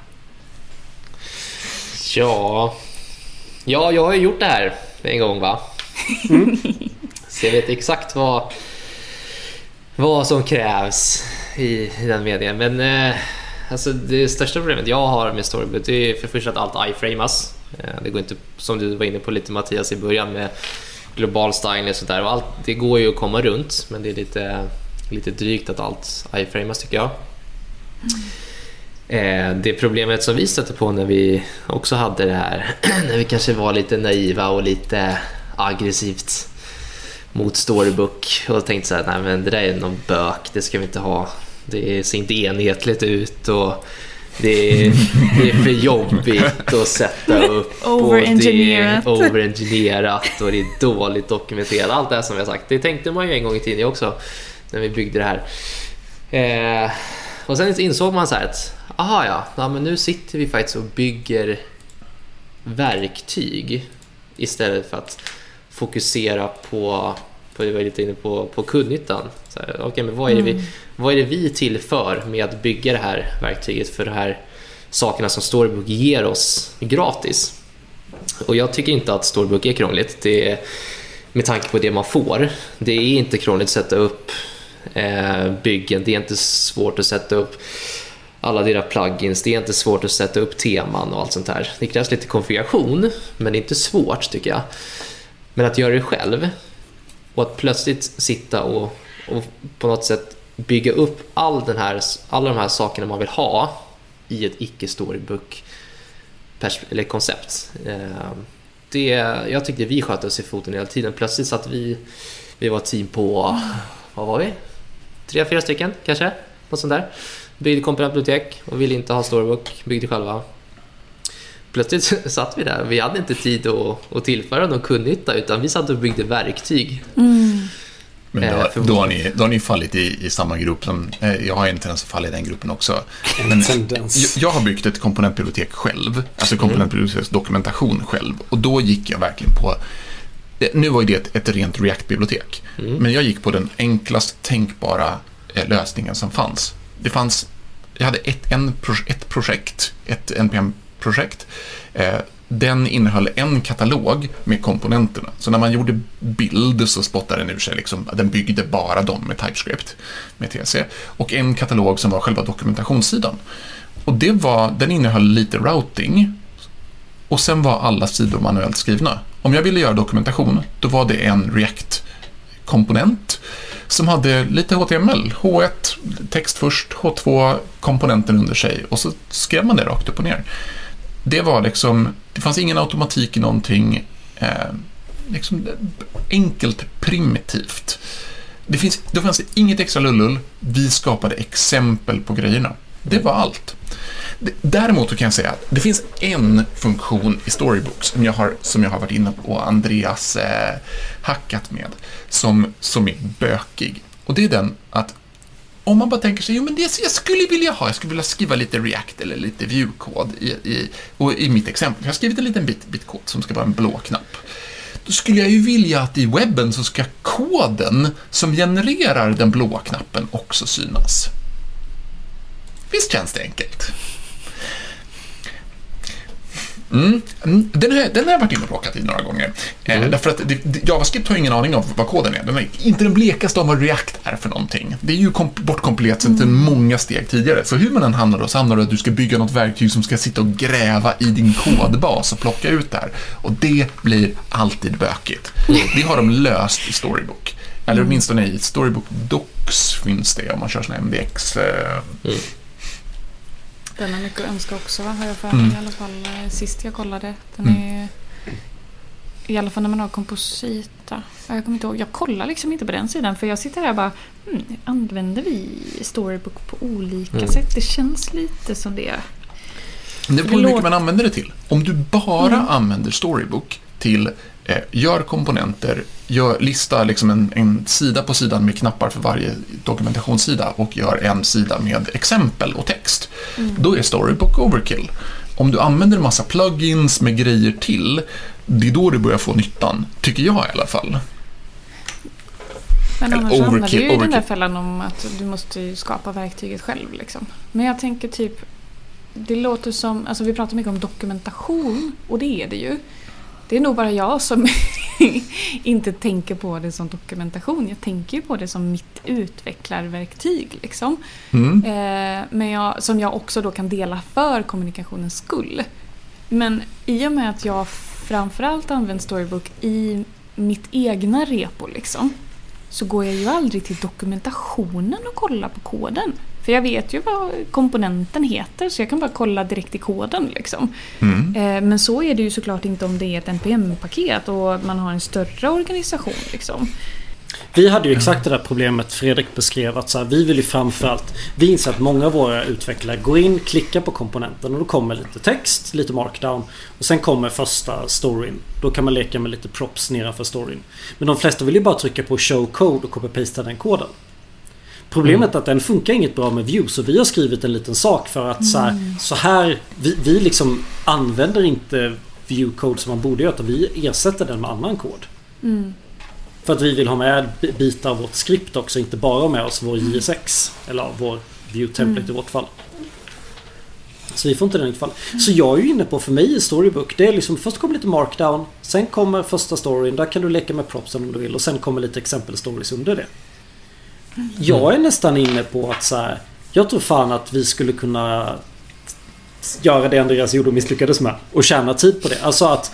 Ja, ja jag har ju gjort det här en gång va? Mm. Så jag vet exakt vad vad som krävs i, i den medien. Men eh, alltså det största problemet jag har med Storybook, det är för först att allt iframas. Eh, det går inte, som du var inne på lite Mattias i början, med global styling och sånt där. Och allt, det går ju att komma runt, men det är lite, lite drygt att allt iframas tycker jag. Mm. Det problemet som vi stötte på när vi också hade det här, när vi kanske var lite naiva och lite aggressivt mot Storybook och tänkte så här, nej men det där är någon bök, det ska vi inte ha. Det ser inte enhetligt ut och det är, det är för jobbigt att sätta upp Overengineerat. och det är overengineerat och det är dåligt dokumenterat. Allt det här som vi har sagt, det tänkte man ju en gång i tiden också när vi byggde det här. Eh, och sen insåg man så här att aha ja, ja, men nu sitter vi faktiskt och bygger verktyg istället för att fokusera på, på det var lite inne på, på kundnyttan. Så här, okay, men vad är det vi, vad är det vi tillför med att bygga det här verktyget för de här sakerna som Storybook ger oss gratis? Och jag tycker inte att Storybook är krångligt. Det är, med tanke på det man får. Det är inte krångligt att sätta upp eh, byggen. Det är inte svårt att sätta upp alla dina plugins. Det är inte svårt att sätta upp teman och allt sånt här. Det krävs lite konfiguration, men det är inte svårt tycker jag. Men att göra det själv och att plötsligt sitta och, och på något sätt bygga upp all den här, alla de här sakerna man vill ha i ett icke-storybook eller koncept. Det, jag tyckte vi sköt oss i foten hela tiden. Plötsligt satt vi, vi var team på, vad var vi? Tre, fyra stycken kanske? Något sånt där. Byggde komponentbibliotek och ville inte ha storybook, byggde själva. Plötsligt satt vi där. Vi hade inte tid att, att tillföra någon kundnytta utan vi satt och byggde verktyg. Mm. Men då, då, har ni, då har ni fallit i, i samma grupp som, eh, jag har en tendens att falla i den gruppen också. Men jag, jag har byggt ett komponentbibliotek själv, alltså komponentbiblioteks dokumentation själv, och då gick jag verkligen på, nu var ju det ett, ett rent React-bibliotek, mm. men jag gick på den enklast tänkbara eh, lösningen som fanns. Det fanns, jag hade ett, en, ett projekt, ett N P M-projekt, eh, den innehöll en katalog med komponenterna. Så när man gjorde bild så spottade den ur sig liksom, den byggde bara dem med TypeScript med T C, och en katalog som var själva dokumentationssidan. Och det var, den innehöll lite routing och sen var alla sidor manuellt skrivna. Om jag ville göra dokumentation, då var det en React-komponent som hade lite H T M L, H ett, text först, H två, komponenten under sig, och så skrev man det rakt upp och ner. Det var liksom, det fanns ingen automatik i någonting, eh, liksom enkelt primitivt. Det finns, det fanns inget extra lullull, vi skapade exempel på grejerna. Det var allt. Däremot kan jag säga att det finns en funktion i Storybook som jag har, som jag har varit inne på och Andreas eh, hackat med, som, som är bökig. Och det är den att om man bara tänker sig, jo men det jag skulle vilja ha, jag skulle vilja skriva lite React eller lite Vue-kod i, i, och i mitt exempel, jag har skrivit en liten bit, bit kod som ska vara en blå knapp. Då skulle jag ju vilja att i webben så ska koden som genererar den blåa knappen också synas. Visst känns det enkelt? Mm. Den, här, den har jag varit inne och råkat i några gånger. Mm. Eh, därför att det, det, JavaScript har ingen aning om vad koden är. Den är inte den blekaste om vad React är för någonting. Det är ju komp- bortkompilerat sedan mm. många steg tidigare. Så hur man än hamnar då, så hamnar du att du ska bygga något verktyg som ska sitta och gräva i din kodbas och plocka ut det här. Och det blir alltid bökigt. Mm. Det har de löst i Storybook. Eller åtminstone i Storybook Docs finns det om man kör sån här M D X. Eh, mm. Den är mycket att önska också, har jag för mig mm. i alla fall sist jag kollade. Den Mm. är i alla fall när man har komposita. Jag kommer inte ihåg, jag kollar liksom inte på den sidan, för jag sitter här och bara, hmm, använder vi Storybook på olika mm. sätt? Det känns lite som det. Det beror på hur mycket man använder det till. Om du bara mm. använder Storybook till eh, gör komponenter, gör, lista liksom en, en sida på sidan med knappar för varje dokumentationssida och gör en sida med exempel och text. Mm. Då är Storybook overkill. Om du använder en massa plugins med grejer till, det är då du börjar få nyttan, tycker jag i alla fall. Men annars hamnar du ju i den där fällan om att du måste skapa verktyget själv liksom. Men jag tänker typ, det låter som, alltså vi pratar mycket om dokumentation, och det är det ju. Det är nog bara jag som inte tänker på det som dokumentation. Jag tänker ju på det som mitt utvecklarverktyg liksom. Mm. Eh, men jag, som jag också då kan dela för kommunikationens skull. Men i och med att jag framförallt använder Storybook i mitt egna repo liksom, så går jag ju aldrig till dokumentationen och kollar på koden. För jag vet ju vad komponenten heter, så jag kan bara kolla direkt i koden liksom. Mm. Eh, men så är det ju såklart inte om det är ett N P M-paket och man har en större organisation liksom. Vi hade ju exakt det där problemet Fredrik beskrev, att så här, vi vill ju framförallt, vi inser att många av våra utvecklare går in, klickar på komponenten och då kommer lite text, lite markdown och sen kommer första storyn. Då kan man leka med lite props nedanför storyn. Men de flesta vill ju bara trycka på show code och copy-pasta den koden. Problemet är att den funkar inget bra med view, så vi har skrivit en liten sak för att så här, så här vi, vi liksom använder inte view-code som man borde göra, utan vi ersätter den med annan kod. Mm. För att vi vill ha med bitar av vårt skript också, inte bara med oss vår J S X eller vår view-template mm. i vårt fall. Så vi får inte den i alla fall. Mm. Så jag är ju inne på, för mig i Storybook, det är liksom först kommer lite markdown, sen kommer första storyn, där kan du leka med propsen om du vill, och sen kommer lite exempelstories under det. Mm. Jag är nästan inne på att så här, jag tror fan att vi skulle kunna göra det Andreas gjorde och misslyckades med och tjäna tid på det. Alltså att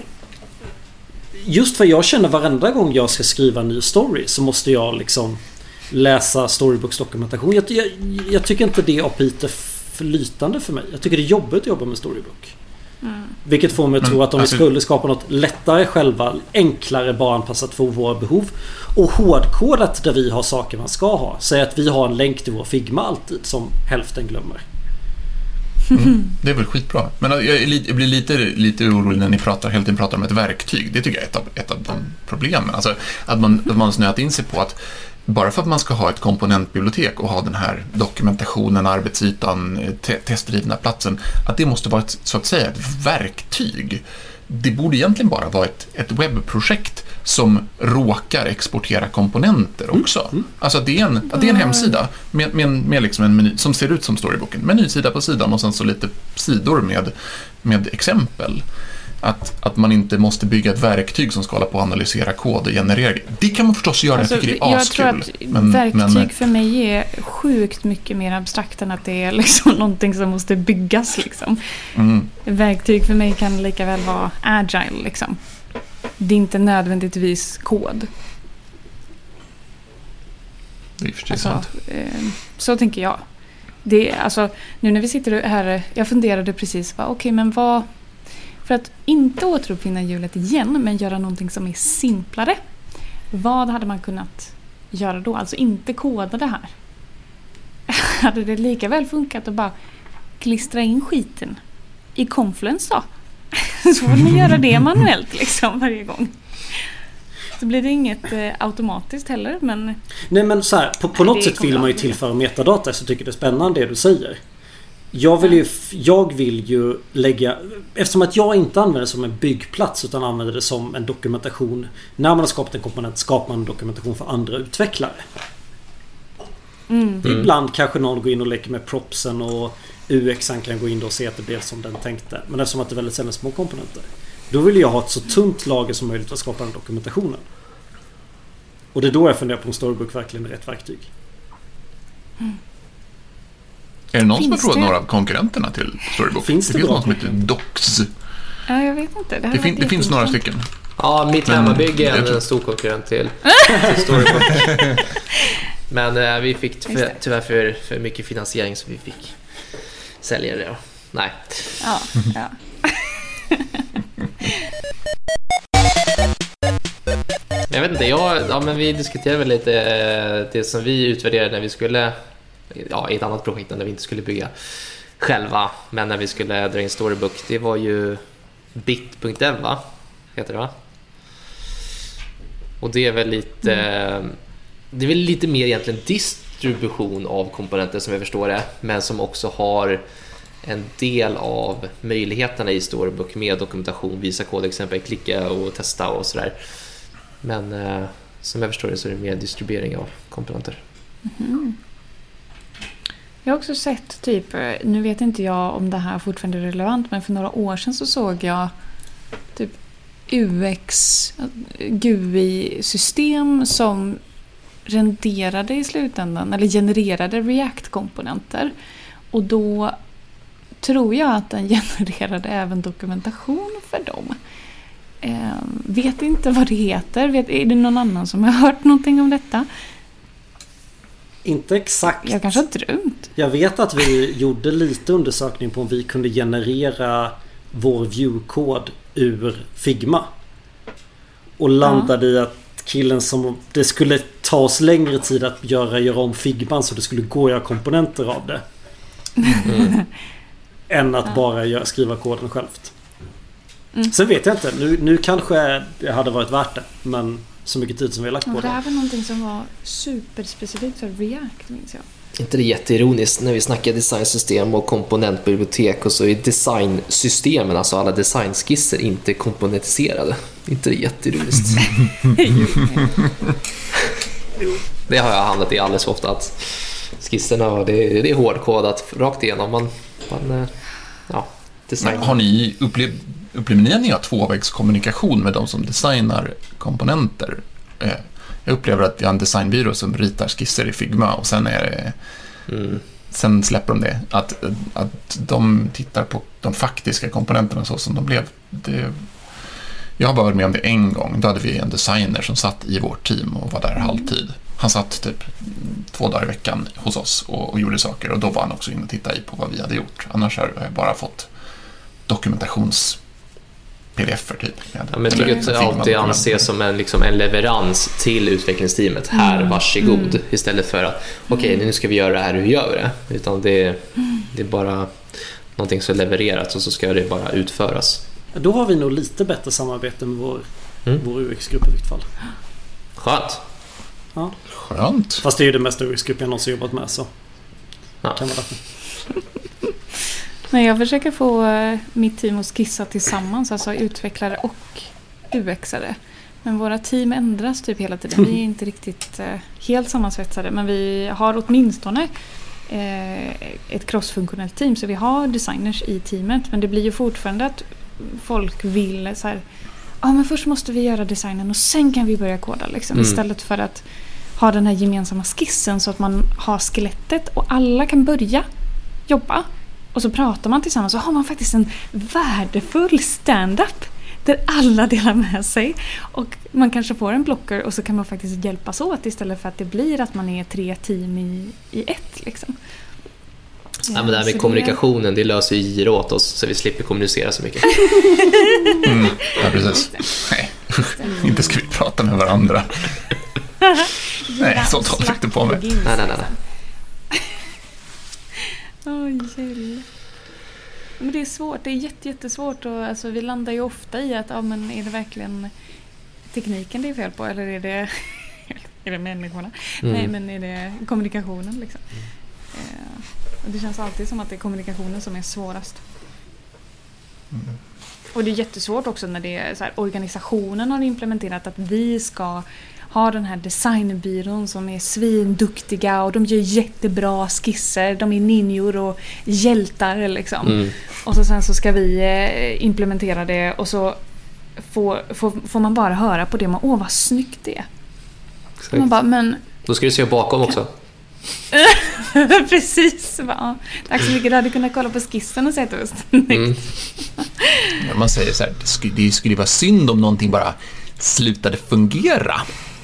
just för jag känner varenda gång jag ska skriva en ny story så måste jag liksom läsa Storybooks dokumentation. Jag, jag, jag tycker inte det är A P I är flytande för mig. Jag tycker det är jobbigt att jobba med Storybook. Mm. Vilket får mig att tro att om alltså, vi skulle skapa något lättare själva, enklare, bara anpassat för våra behov och hårdkodat där vi har saker man ska ha. Säg att vi har en länk till vår Figma alltid som hälften glömmer. Mm, det är väl skitbra. Men jag, är, jag blir lite, lite orolig när ni pratar, helt tiden pratar om ett verktyg. Det tycker jag är ett av, ett av de problemen. Alltså, att man, att man snöat in sig på att bara för att man ska ha ett komponentbibliotek och ha den här dokumentationen, arbetsytan, te- testdrivna platsen, att det måste vara ett, så att säga, ett verktyg. Det borde egentligen bara vara ett, ett webbprojekt som råkar exportera komponenter också. Mm. Alltså att det är en, att det är en hemsida med, med, med liksom en meny som ser ut som Storybooken. Menysida på sidan och sen så lite sidor med, med exempel. Att, att man inte måste bygga ett verktyg som ska hålla på att analysera kod och generera. Det kan man förstås göra, alltså, jag tycker det är askul. Jag tror att men, verktyg men, för mig är sjukt mycket mer abstrakt än att det är liksom någonting som måste byggas. Liksom. Mm. Verktyg för mig kan lika väl vara agile. Liksom. Det är inte nödvändigtvis kod. Det är förstås alltså, sant. Eh, så tänker jag. Det, alltså, nu när vi sitter här, jag funderade precis, okej okay, men vad... För att inte återuppfinna hjulet igen, men göra någonting som är simplare. Vad hade man kunnat göra då? Alltså inte koda det här. Hade det lika väl funkat att bara klistra in skiten i Confluence då? Så får ni göra det manuellt liksom varje gång. Så blir det inget eh, automatiskt heller, men... Nej, men så här, på, på något sätt vill man ju tillföra metadata, så tycker det är spännande det du säger. Jag vill ju, jag vill ju lägga, eftersom att jag inte använder det som en byggplats utan använder det som en dokumentation. När man har skapat en komponent skapar man en dokumentation för andra utvecklare. Mm. Ibland kanske någon går in och leker med propsen och U X:an kan gå in och se att det blir som den tänkte. Men eftersom att det är väldigt sällan små komponenter, då vill jag ha ett så tunt lager som möjligt att skapa den dokumentationen. Och det är då jag funderar på om Storybook verkligen är rätt verktyg. Mm. Är det någon finns som har provat det? Några av konkurrenterna till Storybook? Finns det, det det finns någon som heter Docs. Ja, jag vet inte. Det, det, fin- det finns några stycken. Ja, mitt hemmabygge är en stor konkurrent till, till Storybook. Men äh, vi fick tyvärr, tyvärr för, för mycket finansiering så vi fick sälja det. Nej. Ja, ja. Jag vet inte, jag, ja, men vi diskuterade väl lite det som vi utvärderade när vi skulle, ja, i ett annat projekt där vi inte skulle bygga själva, men när vi skulle dra in Storybook, det var ju bit punkt dev, va? Heter det, va? Och det är väl lite mm. det är väl lite mer egentligen distribution av komponenter som jag förstår det, men som också har en del av möjligheterna i Storybook med dokumentation, visa kodexempel, klicka och testa och sådär. Men eh, som jag förstår det så är det mer distribuering av komponenter. Mm. Jag har också sett typ, nu vet inte jag om det här fortfarande är relevant, men för några år sedan så såg jag typ U X G U I-system som renderade i slutändan eller genererade React-komponenter, och då tror jag att den genererade även dokumentation för dem. Eh, vet inte vad det heter. Vet, är det någon annan som har hört någonting om detta? Inte exakt. Jag kanske har drömt. Jag vet att vi gjorde lite undersökning på om vi kunde generera vår view-kod ur Figma. Och landade ja. i att killen som... Det skulle ta oss längre tid att göra, göra om Figman så det skulle gå att göra komponenter av det. Mm. Än att bara göra, skriva koden självt. Mm. Sen vet jag inte. Nu, nu kanske det hade varit värt det. Men så mycket tid som vi har lagt på det. Det här var någonting som var superspecifikt för React, minns jag. Inte det jätteironiskt när vi snackar designsystem och komponentbibliotek och så är designsystemen, alltså alla designskisser, inte komponentiserade. Inte det jätteironiskt. Det har jag handlat i alldeles för ofta, att skisserna, det är, det är hårdkodat rakt igenom. Man, man, ja, design. Har ni upplevt, upplever ni att ni har tvåvägskommunikation med de som designar komponenter? Jag upplever att vi har en designbyrå som ritar skisser i Figma och sen är det, mm. sen släpper de det. Att, att de tittar på de faktiska komponenterna så som de blev. Det, jag har bara varit med om det en gång. Då hade vi en designer som satt i vårt team och var där mm. halvtid. Han satt typ två dagar i veckan hos oss och, och gjorde saker, och då var han också inne och tittade på vad vi hade gjort. Annars har jag bara fått dokumentations P D F-er typ. Ja, men jag tycker att det alltid anses som en, liksom, en leverans till utvecklingsteamet. Här, varsågod. Mm. Istället för att okej, okay, nu ska vi göra det här, hur gör vi det? Utan det, det är bara någonting som levereras och så ska det bara utföras. Då har vi nog lite bättre samarbete med vår, mm. vår U X-grupp i vilket fall. Skönt. Ja. Skönt. Fast det är ju det mesta U X-grupp jag någonsin jobbat med, så ja. Kan vara därför. Men jag försöker få mitt team att skissa tillsammans, alltså utvecklare och U X-are. Men våra team ändras typ hela tiden. Vi är inte riktigt eh, helt sammansvetsade, men vi har åtminstone eh, ett crossfunktionellt team, så vi har designers i teamet. Men det blir ju fortfarande att folk vill så här, ja, men först måste vi göra designen och sen kan vi börja koda liksom, mm. istället för att ha den här gemensamma skissen så att man har skelettet och alla kan börja jobba. Och så pratar man tillsammans, så har man faktiskt en värdefull stand-up där alla delar med sig. Och man kanske får en blocker och så kan man faktiskt hjälpas åt istället för att det blir att man är tre team i, i ett. Liksom. Ja, men det här med kommunikationen, det löser ju Giro åt oss så vi slipper kommunicera så mycket. Mm, ja, precis. Nej, inte ska vi prata med varandra. Nej, sånt håller jag inte på med. Nej, nej, nej. Oj, oh, men det är svårt, det är jätte, jättesvårt och alltså, vi landar ju ofta i att ja, men är det verkligen tekniken det är fel på eller är det är det människorna? Mm. Nej, men är det kommunikationen liksom? Mm. Eh, och det känns alltid som att det är kommunikationen som är svårast. Mm. Och det är jättesvårt också när det är så här, organisationen har implementerat att vi ska har den här designbyrån som är svinduktiga och de gör jättebra skisser. De är ninjor och hjältar liksom. Mm. Och så sen så ska vi implementera det och så får, får, får man bara höra på det. Man, åh vad snyggt det är. Man bara, men... Då ska du se bakom också. Precis. Ja. Tack så mycket. Du hade kunnat kolla på skissen och sett oss. Mm. Ja, man säger så här, det skulle, det skulle vara synd om någonting bara slutade fungera.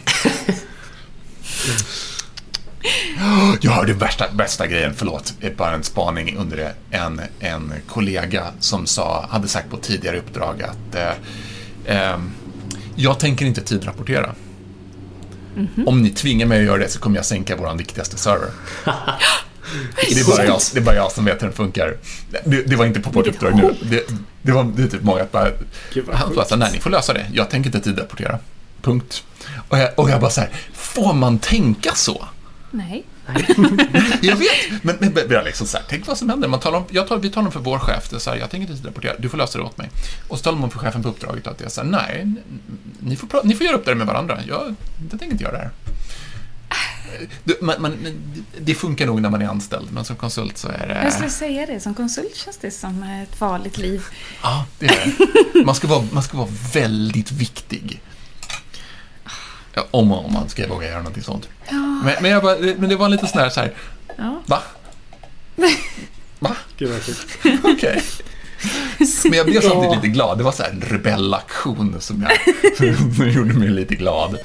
Jag hörde bästa, bästa grejen, förlåt, bara en spaning under det. En, en kollega som sa, hade sagt på tidigare uppdrag att eh, eh, jag tänker inte tidrapportera. Mm-hmm. Om ni tvingar mig att göra det så kommer jag sänka vår viktigaste server. Det är, bara jag, det är bara jag som vet hur den funkar. Det, det var inte på vårt uppdrag nu. Det, det var det är typ många att bara, han bara sa, nej, ni får lösa det. Jag tänker inte tidrapportera. Punkt. Och jag, och jag bara så här, får man tänka så? Nej. Jag vet, men, men, men liksom så här, tänk vad som händer. Man talar om, jag tar, vi talar om för vår chef, det är så här, jag tänker inte rapportera, du får lösa det åt mig. Och så talar man för chefen på uppdraget att det är så här, nej, ni får, ni får göra upp det med varandra. Jag, jag tänker inte göra det här. Man, man, det funkar nog när man är anställd, men som konsult så är det... Jag skulle säga det, som konsult känns det som ett farligt liv. Ja, det är det. Man ska vara, man ska vara väldigt viktig. Ja, om, om man ska våga göra något sånt. Ja. Men, men, jag bara, men det var lite sån här, så här ja. Va? Va? Gud vad kul. Okej. Okay. Men jag blev samtidigt lite glad. Det var så här en rebellaktion som jag som gjorde mig lite glad.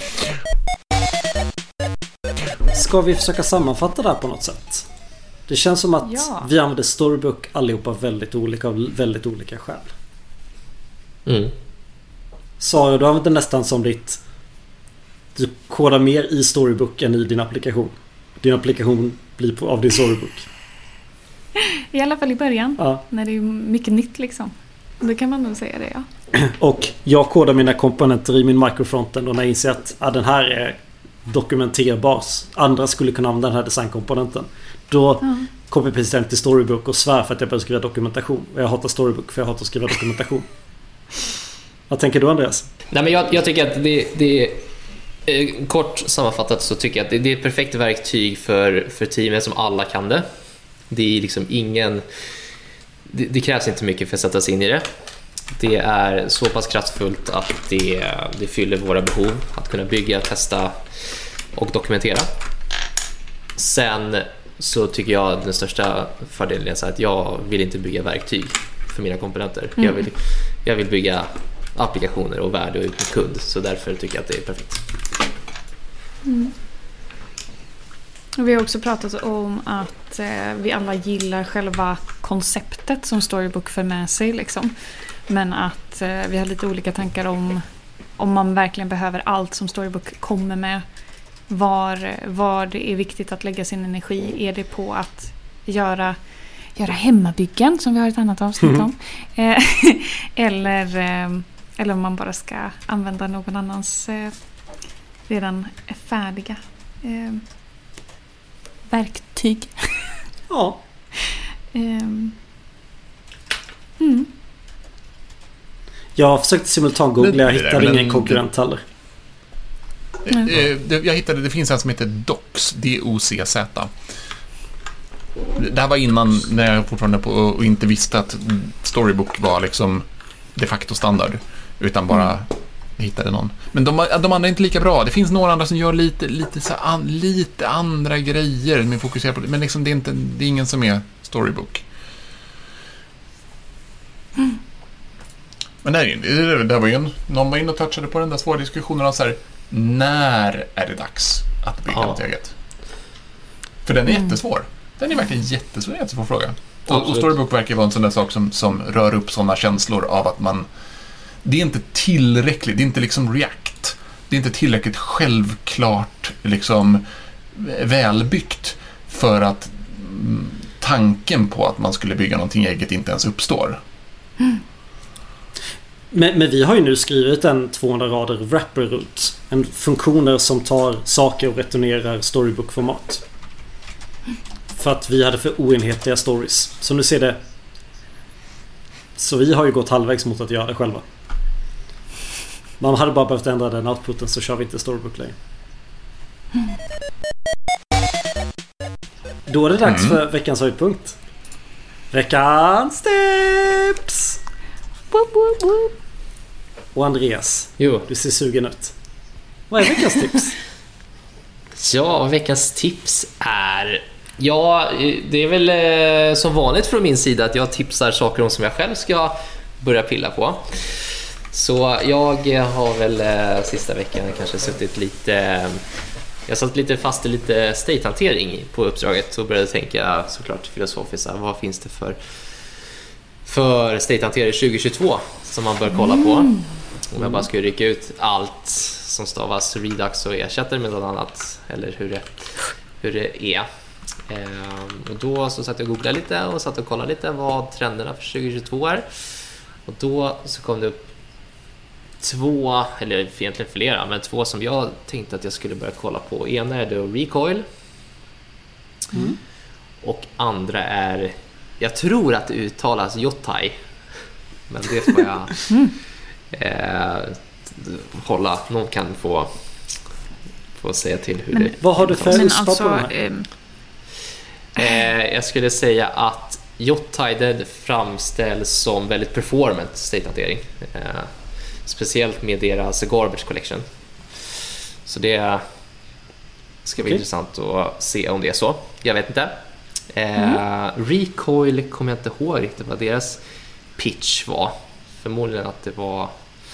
Ska vi försöka sammanfatta det här på något sätt? Det känns som att ja. vi använder Storybook allihopa väldigt olika av väldigt olika skäl. Mm. Sara, du använder nästan som ditt Du kodar mer i Storybook än i din applikation. Din applikation blir på, av din Storybook. I alla fall i början. Ja. När det är mycket nytt liksom. Då kan man nog säga det, ja. Och jag kodar mina komponenter i min microfronten och när jag inser att ah, den här är dokumenterbar. Andra skulle kunna använda den här designkomponenten. Då ja. copy-pastar jag till Storybook och svär för att jag börjar skriva dokumentation. Och jag hatar Storybook för jag hatar att skriva dokumentation. Vad tänker du, Andreas? Nej, men jag, jag tycker att det, det är kort sammanfattat så tycker jag att det, det är ett perfekt verktyg för, för teamet som alla kan det. Det är liksom ingen det, det krävs inte mycket för att sätta sig in i det. Det är så pass kraftfullt att det, det fyller våra behov att kunna bygga, testa och dokumentera. Sen så tycker jag den största fördelen är så att jag vill inte bygga verktyg för mina komponenter. Mm. Jag, vill, jag vill bygga applikationer och värde ut med kund. Så därför tycker jag att det är perfekt. Mm. Och vi har också pratat om att eh, vi alla gillar själva konceptet som Storybook för med sig. Liksom. Men att eh, vi har lite olika tankar om om man verkligen behöver allt som Storybook kommer med. Var, var det är viktigt att lägga sin energi. Är det på att göra, göra hemmabyggen som vi har ett annat avsnitt om. Mm. Eh, eller, eh, eller om man bara ska använda någon annans eh, redan färdiga eh, verktyg. Ja. um, mm. Jag försökte simultangoogla, jag hittade ingen konkurrent heller. Mm. Jag hittade, det finns en som heter Docs, D O C Z. Det här var innan när jag fortfarande på och inte visste att Storybook var liksom de facto standard, utan bara mm. hittade någon. Men de, de andra är inte lika bra. Det finns några andra som gör lite, lite, så an, lite andra grejer, men fokuserar på det. Men liksom det är, inte, det är ingen som är Storybook. Mm. Men nej, det, det var ju en, någon var inne och touchade på den där svåra diskussionen av så här, när är det dags att bygga ja. något eget? För den är mm. jättesvår. Den är verkligen jättesvår, jättesvår fråga. Och, och Storybook verkar vara en sån där sak som, som rör upp sådana känslor av att man, det är inte tillräckligt, det är inte liksom React. Det är inte tillräckligt självklart liksom välbyggt för att mm, tanken på att man skulle bygga någonting eget inte ens uppstår. Mm. Men, men vi har ju nu skrivit en tvåhundra rader wrapper runt. En funktioner som tar saker och returnerar Storybook-format. För att vi hade för oenhetliga stories. Så nu ser det. Så vi har ju gått halvvägs mot att göra det själva. Man hade bara behövt ändra den outputen, så kör vi inte Storybook längre. Då är det dags mm. för veckans höjdpunkt. Veckans tips! Woop, woop, woop. Och Andreas, jo. Du ser sugen ut. Vad är veckans tips? Ja, veckans tips är... Ja, det är väl eh, som vanligt från min sida att jag tipsar saker om som jag själv ska börja pilla på. Så jag har väl eh, sista veckan kanske suttit lite... Eh, jag satt lite fast i lite state-hantering på uppdraget och började tänka såklart filosofiskt, vad finns det för... för state-hantering tjugo tjugotvå som man bör kolla på. Mm. Om jag bara ska rycka ut allt som stavas Redux och ersätter med något annat, eller hur det, hur det är. Ehm, och då så satt jag och googlade lite och satt och kollade lite vad trenderna för tjugo tjugotvå är. Och då så kom det upp två, eller egentligen flera, men två som jag tänkte att jag skulle börja kolla på. Ena är då Recoil. Mm. Och andra är, jag tror att det uttalas Yotai, men det får jag mm. eh, hålla. Någon kan få få säga till hur men, det. Vad har du för men uspa alltså, på den här? Eh, jag skulle säga att Yotai det framställs som väldigt performant state-hantering. Eh, speciellt med deras Garbage Collection. Så det ska bli okay. intressant att se om det är så. Jag vet inte. Eh, mm. Recoil kommer jag inte ihåg riktigt vad deras pitch var. Förmodligen att det var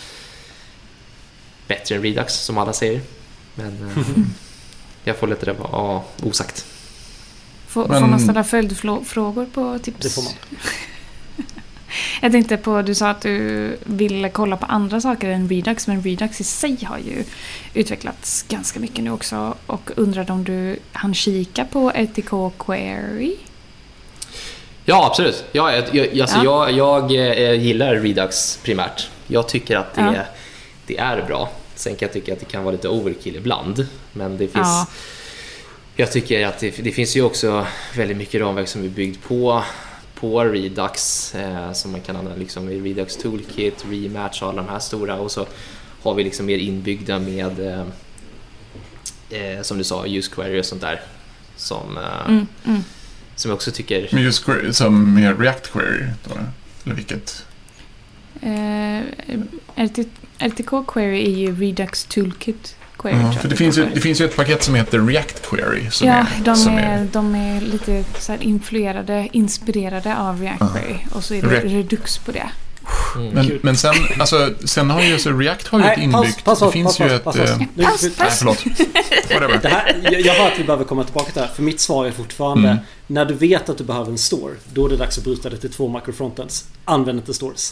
bättre än Redux som alla säger. Men eh, jag får lite det vara osagt. Får, Men, får man ställa följdfrågor på tips? Det får man. Jag tänkte på, du sa att du ville kolla på andra saker än Redux, men Redux i sig har ju utvecklats ganska mycket nu också, och undrade om du hann kika på R T K Query? Ja, absolut. Ja, jag, jag, alltså Ja. jag, jag eh, gillar Redux primärt. Jag tycker att det, Ja. det är bra. Sen kan jag tycka att det kan vara lite overkill ibland. Men det finns... Ja. Jag tycker att det, det finns ju också väldigt mycket ramverk som är byggd på, på Redux. Eh, som man kan använda liksom i Redux Toolkit, Rematch och alla de här stora. Och så har vi liksom mer inbyggda med, eh, eh, som du sa, use query och sånt där. Som... Eh, Mm, mm. Som jag också tycker... Men just query, som med React Query då, eller vilket? Eh, R T, R T K Query är ju Redux Toolkit Query. Ja, tror jag för det det finns, ju, kallas. det finns ju ett paket som heter React Query. Som Ja, är, de som är, de är lite så här influerade, inspirerade av React Ja. Query, och så är det Re- Redux på det. Mm. Men, men sen, alltså, sen har ju så React har ju ett Nej, paus, inbyggt... paus, det paus, finns paus, ju paus, ett... paus. eh, Nu- Paus, Nej, paus. förlåt. Whatever. Det här, jag, jag hör att vi behöver komma tillbaka till det här. För mitt svar är fortfarande Mm. när du vet att du behöver en store, då är det dags att bryta det till två microfrontends. Använd inte stores.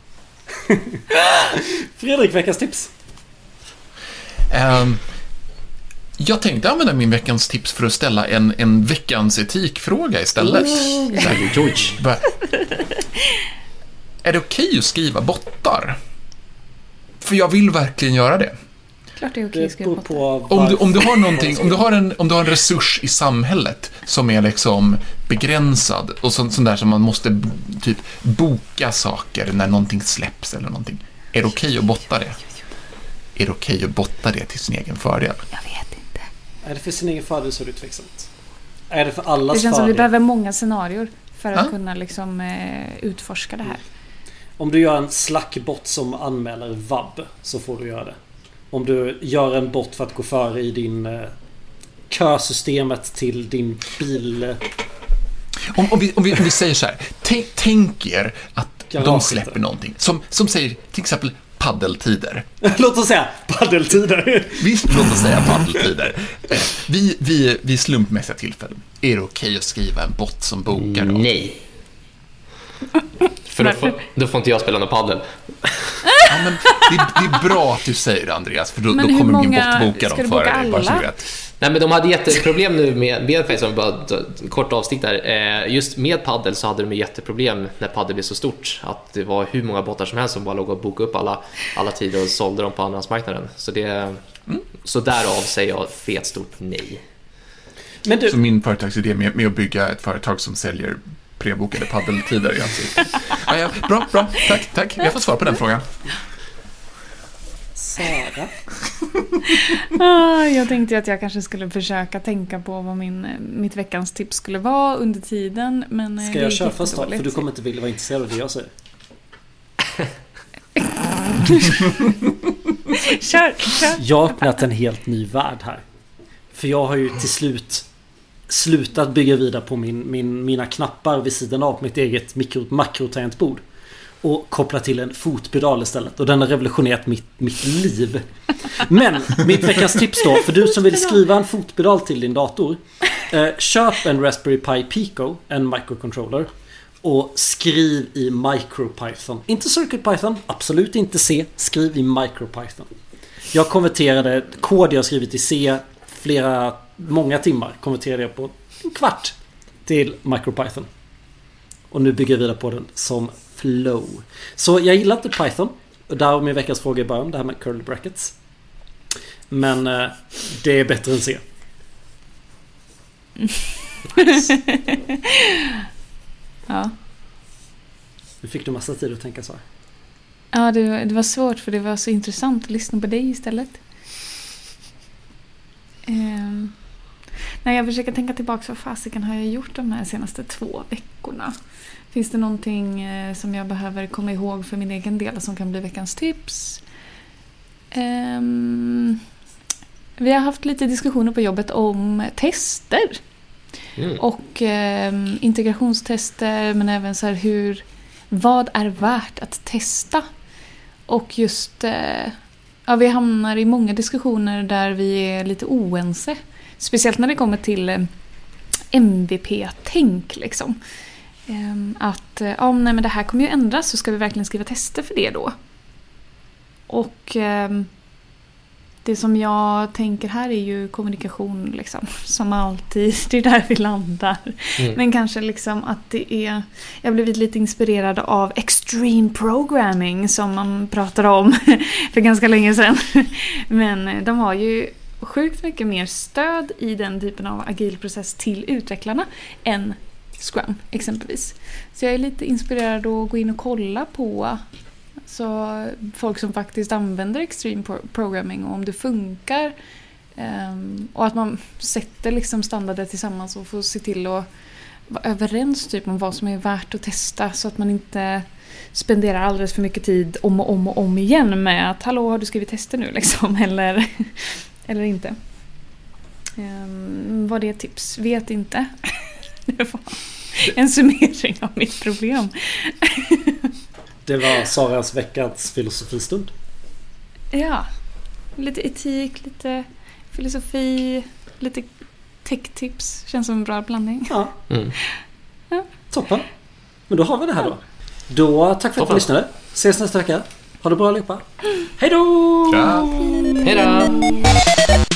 Fredrik, veckans tips. Ehm, jag tänkte använda min veckans tips för att ställa en, en veckans etikfråga istället. Så här, George. bara, är det okej att skriva bottar? För jag vill verkligen göra det. Klart det är okej att Det skriva beror på på Om du, om du har varför- någonting, om du har en, om du har en resurs i samhället som är liksom begränsad och sånt, sånt där som man måste b- typ boka saker när någonting släpps eller någonting. Är det okej att botta det? Är det okej att botta det till sin egen fördel? Jag vet inte. Är det för sin egen fördel så är det tveksamt. Är det för allas Det känns som vi fördel? behöver många scenarier för att Ja. kunna liksom, eh, utforska det här. Om du gör en Slack-bot som anmäler vab så får du göra det. Om du gör en bot för att gå före i din eh, kösystemet till din bil... eh, Om, om, vi, om, vi, om vi säger så här, tänk, tänk er att de Garaget. släpper någonting som, som säger till exempel paddeltider. Låt oss säga paddeltider. Visst, låt oss säga paddeltider. Eh, Vi, vi, vid slumpmässiga tillfällen, är det okej att skriva en bot som bokar dem? Nej. För då får, då får inte jag spela någon paddel. Ja, men det, det är bra att du säger det, Andreas, för då, Men då hur kommer min många- bot boka ska dem du för boka dig. Bara så alla? du vet. Nej, men de hade jätteproblem nu med, med faktiskt, om vi bara tar ett kort avstick där. Eh, just med paddel så hade de jätteproblem när paddel blev så stort. Att det var hur många bottar som helst som bara låg och bokade upp alla, alla tider och sålde dem på andrahandsmarknaden. Så, det, mm. så därav säger jag fet stort nej. Men du, Så min företagsidé med, med att bygga ett företag som säljer prebokade paddeltider är alltså... Ja, ja, bra, bra, tack, tack. Jag får svar på den frågan. Sara. Ah, jag tänkte att jag kanske skulle försöka tänka på vad min, mitt veckans tips skulle vara under tiden. Men eh, Ska det jag gick köra först då? jättedåligt. För du kommer inte vilja vara intresserad av det jag säger. Kör, kör. Jag har öppnat en helt ny värld här. För jag har ju till slut slutat bygga vidare på min, min, mina knappar vid sidan av mitt eget mikro, makrotangentbord. Och kopplat till en fotpedal istället. Och den har revolutionerat mitt, mitt liv. Men mitt veckans tips då. För du som vill skriva en fotpedal till din dator. Eh, köp en Raspberry Pi Pico. En microcontroller. Och skriv i MicroPython. Inte CircuitPython. Absolut inte C. Skriv i MicroPython. Jag konverterade kod jag skrivit i C flera, många timmar. Konverterade jag på en kvart till MicroPython. Och nu bygger jag vidare på den som flow. Så jag gillar inte Python. Och där har min veckas fråga i början. Det här med curly brackets. Men eh, det är bättre än C. Ja, Nu fick du massa tid att tänka så här. ja det, var- det var svårt för det var så intressant att lyssna på dig istället. Um, när jag försöker tänka tillbaka, vad fasiken har jag gjort de här senaste två veckorna? Finns det någonting eh, som jag behöver komma ihåg för min egen del som kan bli veckans tips? Ehm, vi har haft lite diskussioner på jobbet om tester. Mm. Och eh, integrationstester, men även så här hur, vad är värt att testa? Och just, eh, ja, vi hamnar i många diskussioner där vi är lite oense. Speciellt när det kommer till eh, M V P-tänk liksom. Um, att ja, oh, nej, men det här kommer ju ändras, så ska vi verkligen skriva tester för det då? Och um, det som jag tänker här är ju kommunikation liksom, som alltid, det är där vi landar. Mm. Men kanske liksom att det är, jag har blivit lite inspirerad av extreme programming som man pratade om för ganska länge sedan. Men de har ju sjukt mycket mer stöd i den typen av agil process till utvecklarna än Scrum exempelvis. Så jag är lite inspirerad att gå in och kolla på så folk som faktiskt använder extreme pro- programming och om det funkar um, och att man sätter liksom standarder tillsammans och får se till att vara överens typ om vad som är värt att testa så att man inte spenderar alldeles för mycket tid om och om och om igen med att hallå, har du skrivit tester nu liksom eller, eller inte. Um, var det ett tips? Vet inte. Det var en summering av mitt problem. Det var Saras veckans filosofistund. Ja, lite etik, lite filosofi, lite tech-tips. Känns som en bra blandning. Ja, Mm. Ja. Toppen. Men då har vi det här då. Då tack för att ni lyssnade. Ses nästa vecka. Ha det bra allihopa. Hej då! Ciao. Hej då!